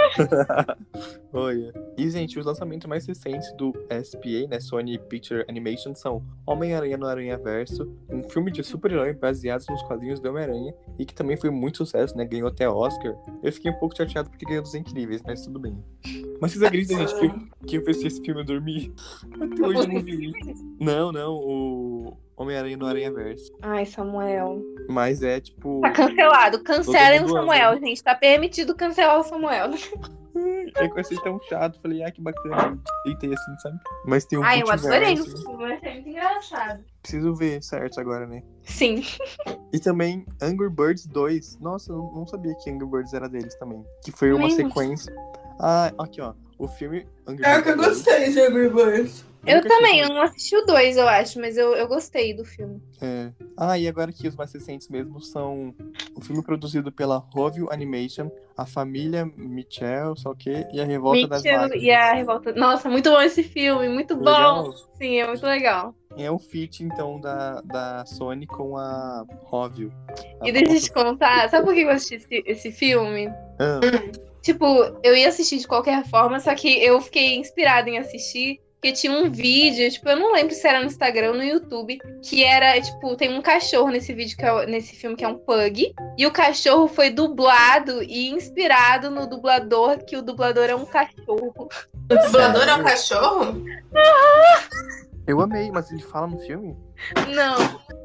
Olha. E, gente, os lançamentos mais recentes do S P A, né, Sony Picture Animation, são Homem-Aranha no Aranhaverso, um filme de super-herói baseado nos quadrinhos do Homem-Aranha e que também foi muito sucesso, né, ganhou até Oscar. Eu fiquei um pouco chateado porque ganhou dos Incríveis, mas tudo bem. Mas vocês acreditam, gente, que eu, que eu fui assistir esse filme e dormi? Até hoje eu não vi. Não, não, o Homem-Aranha no Aranhaverso. Ai, Samuel. Mas é, tipo... Tá cancelado. Cancelem o Todo mundo Samuel, ama. gente. Tá permitido cancelar o Samuel. É que eu achei tão chato, falei, ah, que bacana. Deitei assim, sabe? Mas tem um Ai, eu adorei o multiverso. filme. Eu achei muito engraçado. Preciso ver certo agora, né? Sim. E também Angry Birds dois. Nossa, eu não sabia que Angry Birds era deles também. Que foi uma Também não. sequência. Ah, aqui, ó. O filme Angry É que eu Birds. gostei de Angry Birds. Eu nunca também, eu assisti. não assisti o dois, eu acho, mas eu, eu gostei do filme. É. Ah, e agora aqui os mais recentes mesmo são o filme produzido pela Rovio Animation, A Família Mitchell, sei lá o quê, e A Revolta das Mitchell Máquinas. e a Revolta. Nossa, muito bom esse filme, muito bom. Legal. Sim, é muito legal. É um feat, então, da, da Sony com a Rovio. A E deixa eu te famosa- contar, sabe por que eu assisti esse, esse filme? Ah, Tipo, eu ia assistir de qualquer forma, só que eu fiquei inspirada em assistir, porque tinha um vídeo, tipo, eu não lembro se era no Instagram ou no YouTube, que era, tipo, tem um cachorro nesse vídeo, que é, nesse filme, que é um pug, e o cachorro foi dublado e inspirado no dublador, que o dublador é um cachorro. O dublador é um cachorro? eu amei, mas ele fala no filme? Não,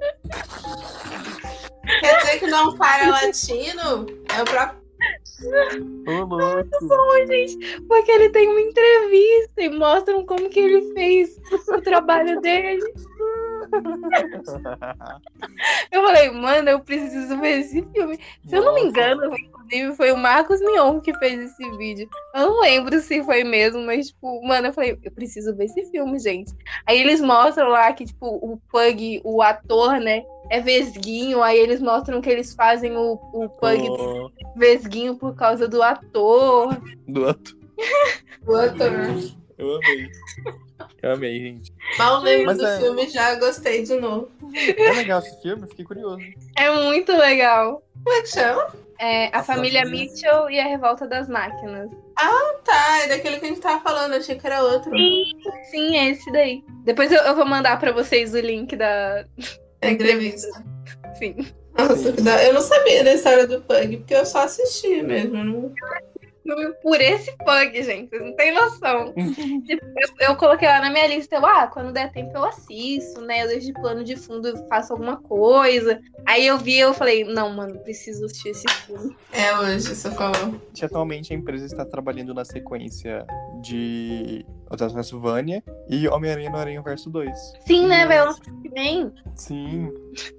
Quer dizer que não é um cara latino? É o próprio. Ô, louco! porque ele tem uma entrevista e mostram como que ele fez o trabalho dele. Eu falei, mano, eu preciso ver esse filme. Se eu não me Nossa. engano, inclusive, foi o Marcos Mion que fez esse vídeo. Eu não lembro se foi mesmo, mas, tipo, mano, eu falei, eu preciso ver esse filme, gente. Aí eles mostram lá que, tipo, o Pug, o ator, né, é vesguinho. Aí eles mostram que eles fazem o, o Pug Oh, vesguinho por causa do ator. do ator. O ator. Eu amei. Eu amei, gente. Mal lembro Mas do é- filme, já gostei de novo. É legal esse filme? Fiquei curioso. É muito legal. Como é que chama? É, a A família família. Mitchell e a Revolta das Máquinas. Tá, é daquele que a gente tava falando, achei que era outro. Sim, é esse daí. Depois eu, eu vou mandar pra vocês o link da É entrevista. Sim. Nossa, que da... eu não sabia da história do Pug, porque eu só assisti mesmo. eu Não... Por esse Pug, gente, vocês não têm noção. Tipo, eu, eu coloquei lá na minha lista, eu, ah, quando der tempo eu assisto, né? Eu deixo de plano de fundo e faço alguma coisa. Aí eu vi, eu falei, não, mano, preciso assistir esse filme. É hoje, você falou. Atualmente a empresa está trabalhando na sequência de Hotel Transylvania e Homem-Aranha no Aranha Verso dois. Sim, né, vai lançar que vem. Sim.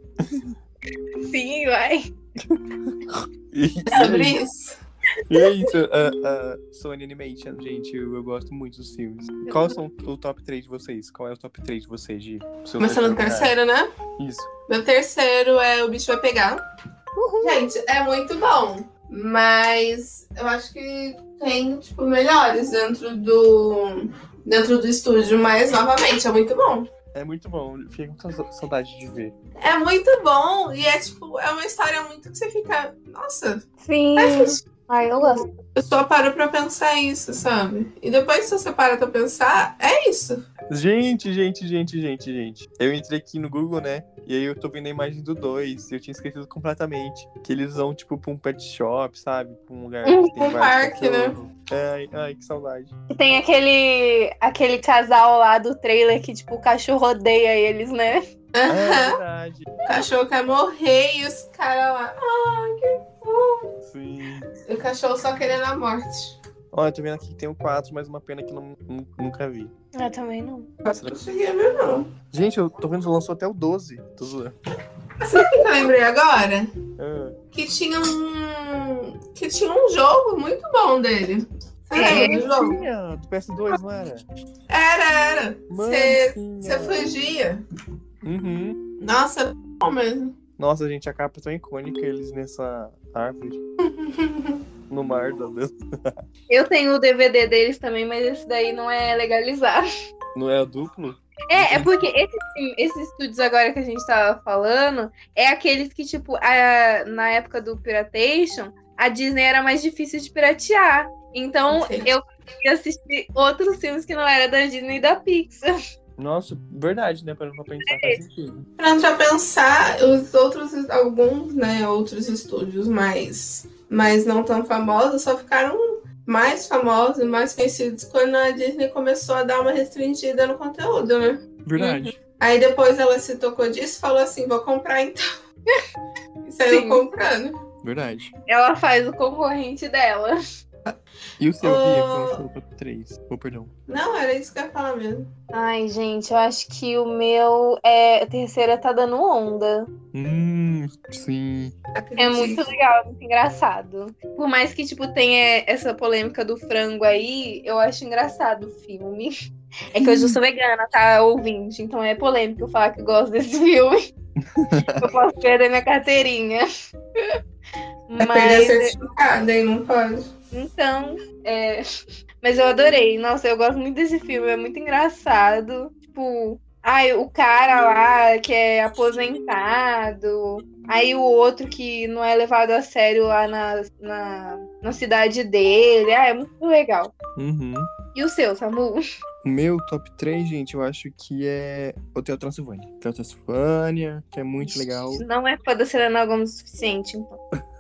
Sim, vai. E, É sobre isso. e é isso, a, a Sony Animation, gente, eu, eu gosto muito dos filmes. Qual são o top três de vocês? Qual é o top três de vocês? De seu Começando no terceiro lugar? terceiro, né? Isso. Meu terceiro é O Bicho Vai Pegar. Gente, é muito bom. Mas eu acho que tem, tipo, melhores dentro do, dentro do estúdio. Mas, novamente, é muito bom. É muito bom, fiquei com sa- saudade de ver. É muito bom. E é, tipo, é uma história muito que você fica... Nossa, Sim. faz Ai, eu gosto. a pessoa parou pra pensar isso, sabe? E depois que você para pra pensar, é isso. Gente, gente, gente, gente, gente. Eu entrei aqui no Google, né? E aí eu tô vendo a imagem do dois. E eu tinha esquecido completamente. Que eles vão, tipo, pra um pet shop, sabe? Pra um lugar que Um tem vários parque, né? cachorros. Ai, ai, que saudade. E tem aquele, aquele casal lá do trailer que, tipo, o cachorro odeia eles, né? É Aham. verdade. O cachorro quer morrer e os caras lá. Ai, que Sim. O cachorro só querendo a morte. Olha, eu tô vendo aqui que tem o quatro, mas uma pena que não, nu- nunca vi. Eu também não. Eu não cheguei a ver, não. Gente, eu tô vendo que lançou até o doze. Tô zoando. Sabe o que eu lembrei agora? Ah, Que tinha um. Que tinha um jogo muito bom dele. Você É, lembra do jogo? tinha, do P S dois, não era? Era, era. Mano, Você tinha. você fugia. Uhum. Nossa, era bom mesmo. Nossa, gente, a capa é tão icônica, eles nessa árvore. No mar, meu Deus. Eu tenho o D V D deles também, mas esse daí não é legalizado. Não é o duplo? É, é porque esses, esses estúdios agora que a gente tava falando, é aqueles que, tipo, a- na época do Piratation, a Disney era mais difícil de piratear. Então, Sim. eu conseguia assistir outros filmes que não era da Disney e da Pixar. Nossa, verdade, né? Pra não pensar, faz sentido. Pra já pensar, os outros, alguns, né, outros estúdios mais, mais não tão famosos só ficaram mais famosos e mais conhecidos quando a Disney começou a dar uma restringida no conteúdo, né? Verdade. Aí depois ela se tocou disso e falou assim, vou comprar então. E saiu Sim. comprando. Verdade. Ela faz o concorrente dela. E o seu Oh. Bia, qual é o seu top três? Oh, perdão. Não, era isso que eu ia falar mesmo. Ai, gente, eu acho que o meu é. A terceira tá dando onda. Hum, sim. É muito legal, muito engraçado. Por mais que, tipo, tenha essa polêmica do frango aí, eu acho engraçado o filme. É que hoje eu sou vegana, tá, ouvinte? Então é polêmico eu falar que eu gosto desse filme. Eu posso perder minha carteirinha. É perder a Mas, certificada, hein? Não pode. então, é... Mas eu adorei. Nossa, eu gosto muito desse filme, é muito engraçado. Tipo, ai, o cara lá que é aposentado. Aí o outro que não é levado a sério lá na, na, na cidade dele. Ah, é muito legal. Uhum. E o seu, Samu? O meu top três, gente, eu acho que é Hotel Transilvânia. Hotel Transilvânia, que é muito legal. Não é fã da Selena Gomez o suficiente, então.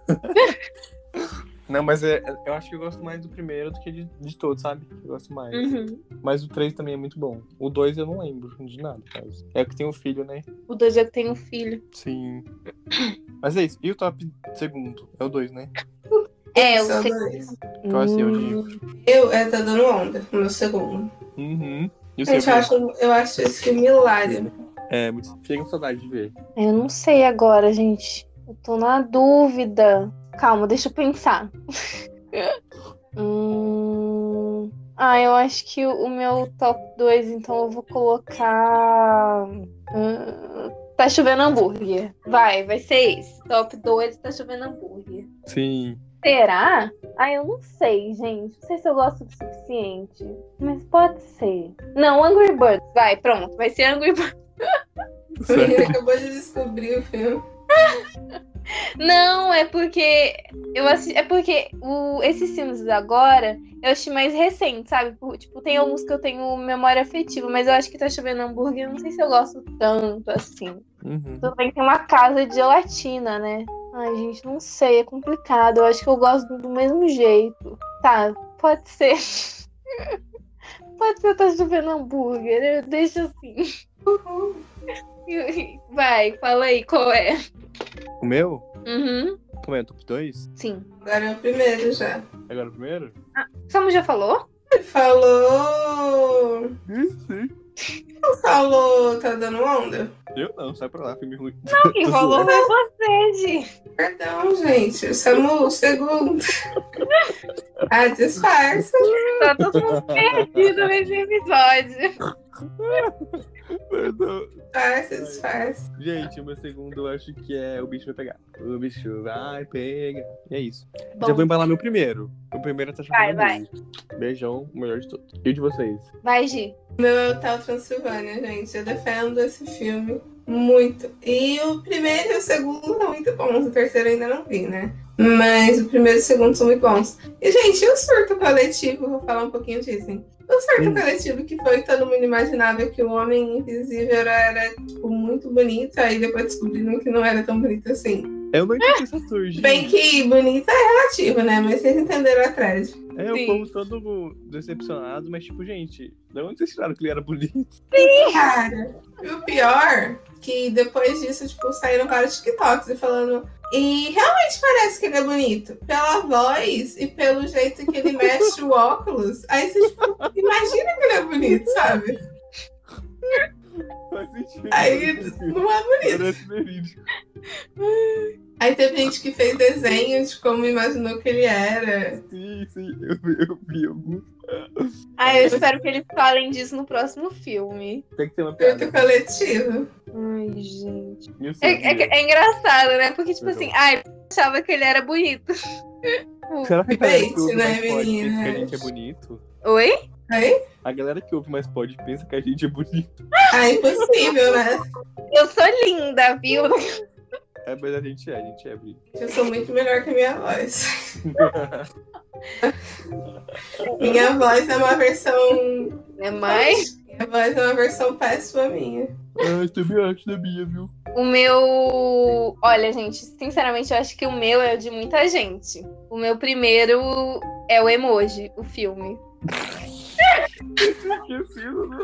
Não, mas é, eu acho que eu gosto mais do primeiro do que de, de todos, sabe? Eu gosto mais. Uhum. Mas o três também é muito bom. O dois eu não lembro de nada, mas é o que tem o filho, né? O dois eu tenho um filho. Sim. Mas é isso. E o top segundo? É o dois, né? É, Só o seu. dois. Qual é o seu, Hum, Gil? Eu, é, tá dando onda, o meu segundo. Uhum. E o seu? Gente, eu acho, eu acho esse filme hilário. É, muito... fiquei com saudade de ver. Eu não sei agora, gente. Eu tô na dúvida. Calma, deixa eu pensar. hum... Ah, eu acho que o meu top dois, então eu vou colocar. Hum... Tá chovendo hambúrguer. Vai, vai ser esse. Top dois, tá chovendo hambúrguer. Sim. Será? Ah, eu não sei, gente. Não sei se eu gosto o suficiente. Mas pode ser. Não, Angry Birds. Vai, pronto. Vai ser Angry Birds. Ele acabou de descobrir o filme. Não, é porque eu assisti, é porque o, esses filmes agora eu achei mais recente, sabe? Por- tipo, tem alguns que eu tenho memória afetiva, mas eu acho que Tá Chovendo Hambúrguer, eu não sei se eu gosto tanto assim. Uhum. Tudo bem que tem uma casa de gelatina, né? Ai, gente, não sei, é complicado. Eu acho que eu gosto do mesmo jeito. Tá, pode ser. Pode ser Tá Chovendo Hambúrguer, eu deixo assim. Vai, fala aí, qual é? O meu? Uhum, Como é? Top dois? sim. Agora é o primeiro já. Agora o primeiro? Samu já falou? Ele falou. Sim. Não falou, tá dando onda? Eu não, sai pra lá, filme ruim. Não, quem falou foi você, Gi. Perdão, gente. O Samu, o segundo. Ah, disfarça. Tá todo mundo perdido nesse episódio. Perdão. Disfarça, disfarça. Gente, o meu segundo eu acho que é O Bicho Vai Pegar. O bicho vai pegar. E é isso. Bom. Já vou embalar meu primeiro. O primeiro tá Vai, chamando vai. Beijão, o melhor de todos. E o de vocês? Vai, Gi. O meu é o Hotel Transilvânia, gente. Eu defendo esse filme muito. E o primeiro e o segundo são muito bons. O terceiro eu ainda não vi, né? Mas o primeiro e o segundo são muito bons. E, gente, e o surto coletivo? Vou falar um pouquinho disso, hein? O surto Hum. coletivo que foi que todo mundo imaginava que o Homem Invisível era, era tipo, muito bonito. Aí depois descobriram que não era tão bonito assim. Eu não entendi essa surge. Bem que bonito é relativo, né? Mas vocês entenderam a thread. É, Sim. o povo todo decepcionado, mas tipo, gente, de onde vocês tiraram que ele era bonito? Cara, e o pior, que depois disso, tipo, saíram vários TikToks e falando. E realmente parece que ele é bonito. Pela voz e pelo jeito que ele mexe o óculos. Aí você, tipo, imagina que ele é bonito, sabe? Faz sentido. Aí faz sentido. não é bonito. Parece verídico. Aí teve gente que fez desenho de como imaginou que ele era. Sim, sim, eu vi, eu vi alguns. Ah, eu espero que eles falem disso no próximo filme. Tem que ter uma piada. Surto coletivo. Ai, gente. E o seu, É, é, Bia? é engraçado, né? Porque, tipo Legal. assim, ai, eu achava que ele era bonito. Será que a galera que Bait, ouve né, mais pod pensa que a meninas? gente é bonito? Oi? Aí? A galera que ouve mais pod pensa que a gente é bonito. Ah, impossível, né? Eu sou linda, viu? É, mas a gente é, a gente é bonito. Eu sou muito melhor que a minha voz. Minha voz é uma versão. É mais? Minha voz é uma versão péssima minha. Ah, também acho da Bia, viu? O meu. Olha, gente, sinceramente, eu acho que o meu é o de muita gente. O meu primeiro é o Emoji, o filme. Esquecido, né?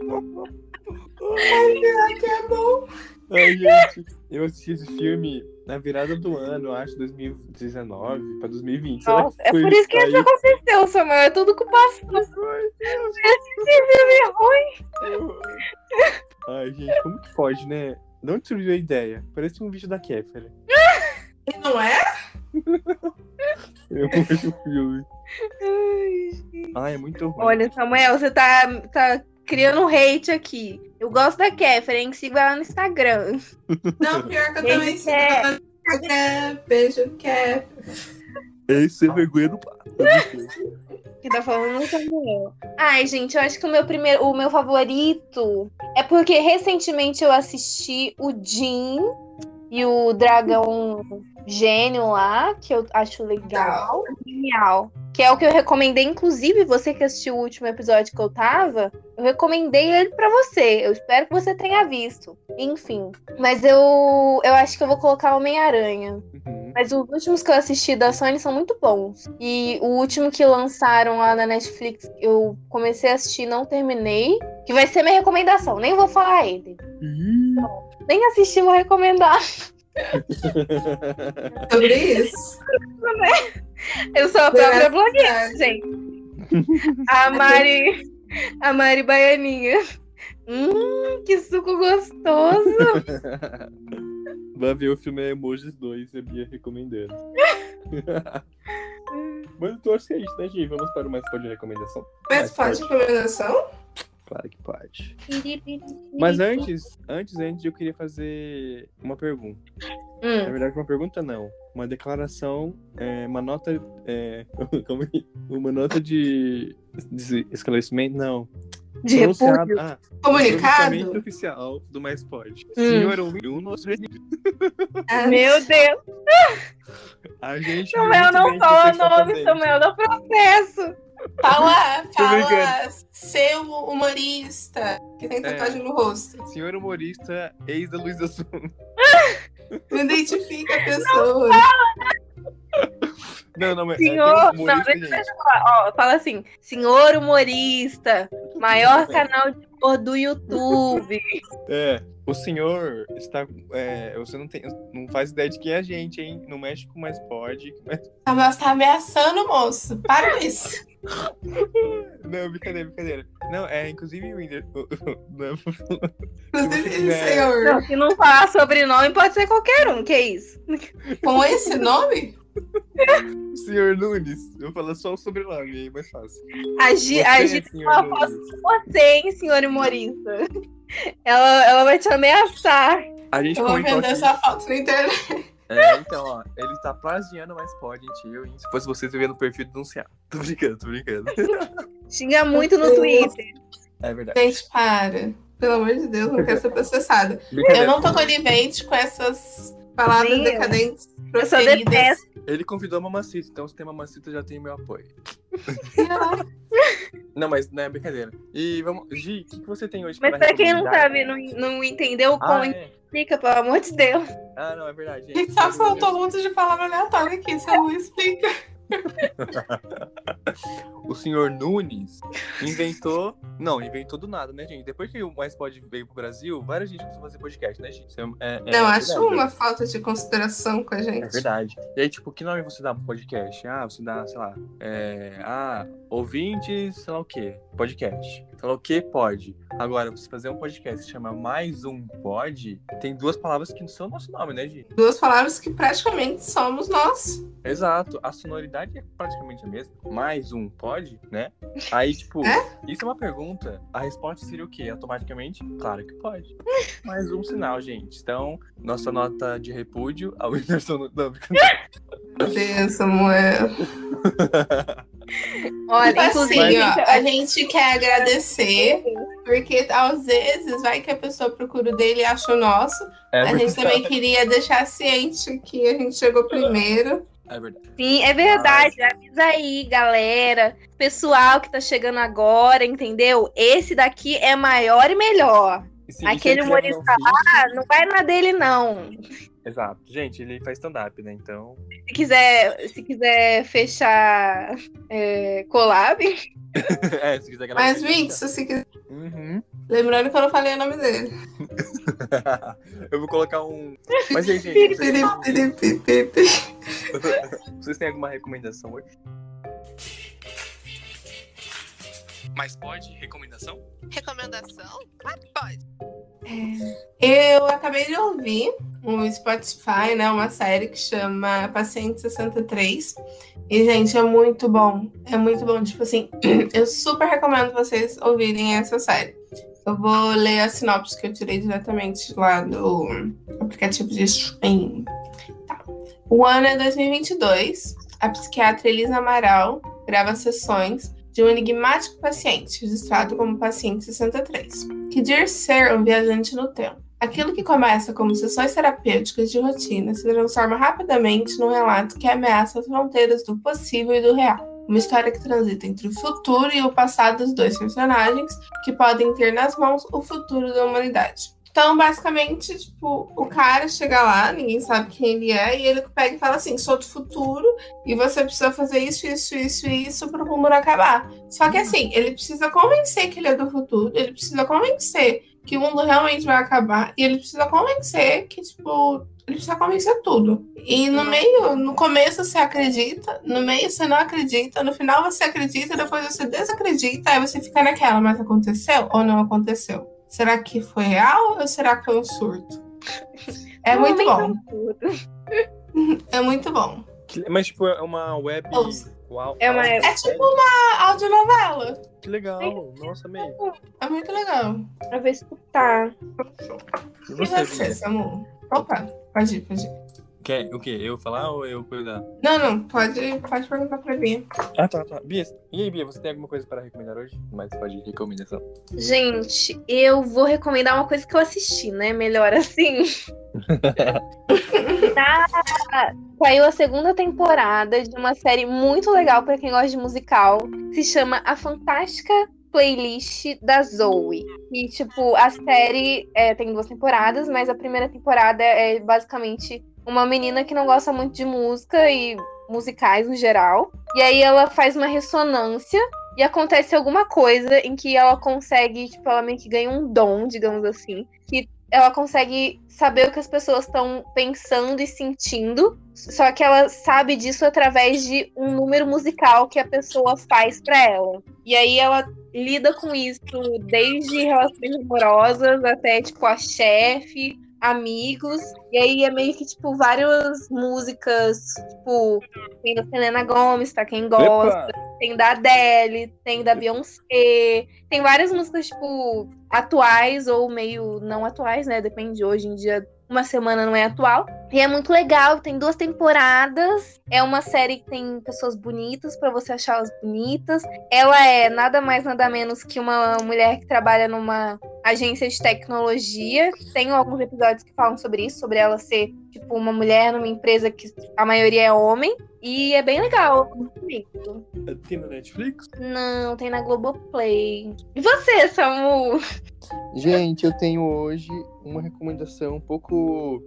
Ai, que é bom. Ai, gente, eu assisti esse filme na virada do ano, acho, dois mil e dezenove pra dois mil e vinte. Será Nossa, que é foi por isso que isso aí? aconteceu, Samuel. É tudo culpa sua. Esse filme é ruim. Ai, gente, como que pode, né? De onde surgiu a ideia? Parece um vídeo da Kéfera. E não é? Eu amo esse filme. Ai, é muito ruim. Olha, Samuel, você tá, tá criando hate aqui. Eu gosto da Catherine, sigo ela no Instagram. Não, pior que eu Beijo, também sigo Ké. ela no Instagram. Beijo, Ké. Esse é vergonha no papo. Que tá falando no Samuel. Ai, gente, eu acho que o meu primeiro, o meu favorito é porque recentemente eu assisti o Jin e o Dragão Gênio lá, que eu acho legal. Genial. Que é o que eu recomendei, inclusive, você que assistiu o último episódio que eu tava, eu recomendei ele pra você. Eu espero que você tenha visto. Enfim. Mas eu, eu acho que eu vou colocar Homem-Aranha. Uhum. Mas os últimos que eu assisti da Sony são muito bons. E o último que lançaram lá na Netflix, eu comecei a assistir e não terminei. Que vai ser minha recomendação. Nem vou falar ele. Ih. Nem assisti, vou recomendar. Sobre isso. Eu sou a própria blogueira, gente. A Mari. A Mari Baianinha. Hum, que suco gostoso. Vai ver o filme é Emojis dois, a Bia recomendando. Mas eu acho que é isso, né, gente? Vamos para o mais pode de recomendação? Mas Mais pode recomendação? Claro que pode. Mas antes, antes, antes, eu queria fazer uma pergunta. Na Hum, verdade, uma pergunta não. Uma declaração, é, uma nota. É, como é? Uma nota de, de esclarecimento, não. de Pronunciado- repúdio. Ah, Comunicado? pronunciamento oficial do Mais Pode. Hum. Senhor um nosso Ah, Meu Deus. A gente. Samuel muito não bem que fala vocês estão nome, fazendo. Samuel, dá processo. Fala, Tô fala, brincando. seu humorista que tem tatuagem no rosto. Senhor humorista, ex da Luísa Sonza. Não identifica a pessoa. Não, não, mas Senhor, é, tem um não, humorista, deixa, gente. deixa eu falar. Ó, fala assim, senhor humorista, maior canal de humor do YouTube. É, o senhor está. É, você não, tem, não faz ideia de quem é a gente, hein? Não mexe com mais pode. Mas... Mas tá ameaçando, moço. Para com isso. Não, brincadeira, brincadeira. Não, é, inclusive, Winder. Não, Inclusive, É. senhor, Não, se não falar sobrenome, pode ser qualquer um, que isso? com esse nome? senhor Nunes, eu falo só o sobrenome, aí é mais fácil. Agi, Você, agi senhor uma foto Nunes. com você, hein, senhor humorista. Ela, ela vai te ameaçar. A gente Eu vou comentou vender aqui. essa foto na internet. É, então, ó, ele tá plagiando, mas pode, gente. Eu, hein? Se fosse vocês, eu ia no perfil denunciar. Tô brincando, tô brincando. Xinga muito no Twitter. É verdade. Gente, para. Pelo amor de Deus, não quero ser processada. Eu Brincadeira. não tô conivente com essas palavras Nem eu. decadentes Eu só proferidas. detesto. Ele convidou a Mamacita, então se tem Mamacita já tem meu apoio. Não, mas não é brincadeira. E vamos. Gi, o que, que você tem hoje Mas pra pra quem não recomendar? sabe, não, não entendeu como Ah, é. explica, pelo amor de Deus. Ah, não, é verdade. A gente só soltou um monte de palavra aleatória aqui, você não explica. O senhor Nunes inventou... Não, inventou do nada, né, gente? Depois que o Mais Pode veio pro Brasil, várias gente começou a fazer podcast, né, gente? Isso É, é, Não, é acho verdade. uma falta de consideração com a gente. É verdade. E aí, tipo, que nome você dá pro podcast? Ah, você dá, sei lá, é... Ah, ouvintes, sei lá o quê, podcast. Sei lá o que, pode. Agora, você fazer um podcast que chama Mais Um Pode, tem duas palavras que não são o nosso nome, né, gente? Duas palavras que praticamente somos nós. Exato. A sonoridade é praticamente a mesma. Mais um pode, né? Aí, tipo, É? isso é uma pergunta. A resposta seria o quê? Automaticamente? Claro que pode. Mais um sinal, gente. Então, nossa nota de repúdio ao Whindersson no... Não, Meu Deus, Samuel. Olha, Tipo inclusive, assim, ó, gente, a gente quer agradecer, porque às vezes vai que a pessoa procura o dele e acha o nosso. É A gente verdade. também queria deixar ciente que a gente chegou primeiro. É verdade. sim, é verdade. Avisa aí, galera. Pessoal que tá chegando agora, entendeu? Esse daqui é maior e melhor. E se- e se Aquele ele quiser humorista fazer um feat- Ah, não vai na dele, não. Exato. Gente, ele faz stand-up, né? Então... Se quiser, se quiser fechar é, collab, é, se quiser gravar... Mas, Vinx, se quiser. Uhum. Lembrando que eu não falei o nome dele. Eu vou colocar um... Mas aí, gente, vocês têm... Piripipipipi. vocês têm alguma recomendação hoje? Mas pode? Recomendação? Recomendação? Claro que pode. Eu acabei de ouvir no Spotify, né, uma série que chama Paciente sessenta e três. E, gente, é muito bom. É muito bom. Tipo assim, eu super recomendo vocês ouvirem essa série. Eu vou ler a sinopse que eu tirei diretamente lá do aplicativo de streaming. Tá. O ano é dois mil e vinte e dois. A psiquiatra Elisa Amaral grava sessões de um enigmático paciente, registrado como paciente sessenta e três, que diz ser um viajante no tempo. Aquilo que começa como sessões terapêuticas de rotina se transforma rapidamente num relato que ameaça as fronteiras do possível e do real. Uma história que transita entre o futuro e o passado dos dois personagens, que podem ter nas mãos o futuro da humanidade. Então, basicamente, tipo, o cara chega lá, ninguém sabe quem ele é, e ele pega e fala assim, sou do futuro, e você precisa fazer isso, isso, isso e isso para o mundo acabar. Só que assim, ele precisa convencer que ele é do futuro, ele precisa convencer que o mundo realmente vai acabar, e ele precisa convencer que, tipo, ele precisa convencer tudo. E no meio, no começo você acredita, no meio você não acredita, no final você acredita, depois você desacredita, aí você fica naquela, mas aconteceu ou não aconteceu? Será que foi real ou será que foi um surto? É muito bom. É muito bom. Que- Mas, tipo, é uma web... Ouça. Uau, É uma- áudio É série? tipo uma audionovela. Que legal. Nossa, amei. É muito legal. pra ver escutar. E E você, você, Bia? Samu? Opa, pode ir, pode ir. Quer o quê? Eu falar ou eu cuidar? Não, não, pode, pode perguntar pra mim. Ah, tá, tá. Bia, e aí, Bia, você tem alguma coisa para recomendar hoje? Mas pode ir, recomendação. Gente, eu vou recomendar uma coisa que eu assisti, né? Melhor assim. Tá. Saiu a segunda temporada de uma série muito legal pra quem gosta de musical. Se chama A Fantástica Playlist da Zoe. E, tipo, a série é, tem duas temporadas, mas a primeira temporada é basicamente uma menina que não gosta muito de música e musicais no geral. E aí ela faz uma ressonância e acontece alguma coisa em que ela consegue, tipo, ela meio que ganha um dom, digamos assim, que ela consegue saber o que as pessoas estão pensando e sentindo, só que ela sabe disso através de um número musical que a pessoa faz pra ela. E aí ela lida com isso desde relações amorosas até, tipo, a chefe, amigos, e aí é meio que, tipo, várias músicas, tipo, tem da Selena Gomez, pra quem gosta, Epa! tem da Adele, tem da Beyoncé, tem várias músicas, tipo, atuais ou meio não atuais, né, depende, hoje em dia uma semana não é atual, e é muito legal, tem duas temporadas, é uma série que tem pessoas bonitas pra você achá-las bonitas, ela é nada mais nada menos que uma mulher que trabalha numa agência de tecnologia, tem alguns episódios que falam sobre isso, sobre ela ser, tipo, uma mulher numa empresa que a maioria é homem, e é bem legal, muito bonito. Tem na Netflix? Não, tem na Globoplay. E você, Samu? Gente, eu tenho hoje uma recomendação um pouco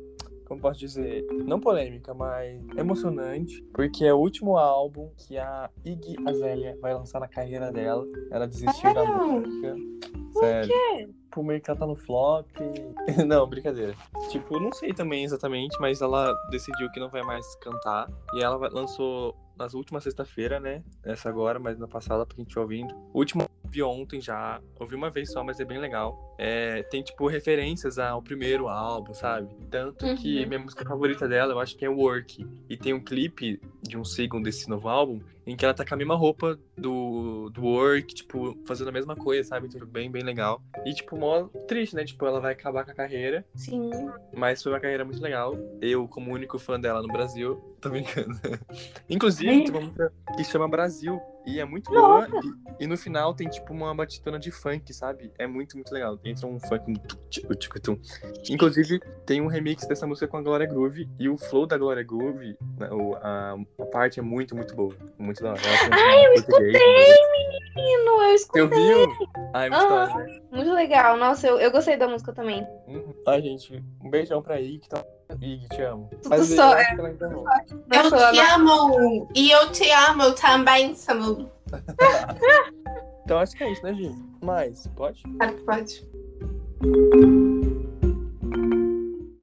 como posso dizer, não polêmica, mas emocionante, porque é o último álbum que a Iggy Azalea vai lançar na carreira dela. Ela desistiu da música. Sério. Por quê? Tipo, meio que ela tá no flop. Não, brincadeira. Tipo, eu não sei também exatamente, mas ela decidiu que não vai mais cantar. E ela vai- lançou nas últimas sexta-feira, né? Essa agora, mas na passada, pra quem estiver ouvindo. O último eu vi ontem já. Ouvi uma vez só, mas é bem legal. É, tem, tipo, referências ao primeiro álbum, sabe? Tanto que Uhum. minha música favorita dela, eu acho que é Work. E tem um clipe de um single desse novo álbum em que ela tá com a mesma roupa do, do Work, tipo, fazendo a mesma coisa, sabe? Tudo bem, bem legal. E, tipo, mó triste, né? Tipo, ela vai acabar com a carreira, Sim. mas foi uma carreira muito legal. Eu, como único fã dela no Brasil, tô brincando. Inclusive, tem uma música que chama Brasil. E é muito boa. E, e no final tem, tipo, uma batidona de funk, sabe? É muito, muito legal. Entra um funk no tum, tchic, tchic, tum. Inclusive, tem um remix dessa música com a Glória Groove. E o flow da Glória Groove, né, o- a, a parte é muito, muito boa. Muito da hora. Ai, eu escutei, menino! Eu Você escutei. ouviu? Ai, muito da hora, Aham. né? Muito legal. Nossa, eu, eu gostei da música também. Uhum. Ai, gente, um beijão pra Ig, tá? Ig, te amo. Tu Mas só- eu acho que ela ainda não. Eu Nossa, te ela- amo! E eu te amo também, Samu. Então acho que é isso, né, Gi? Mas, pode? Claro que pode.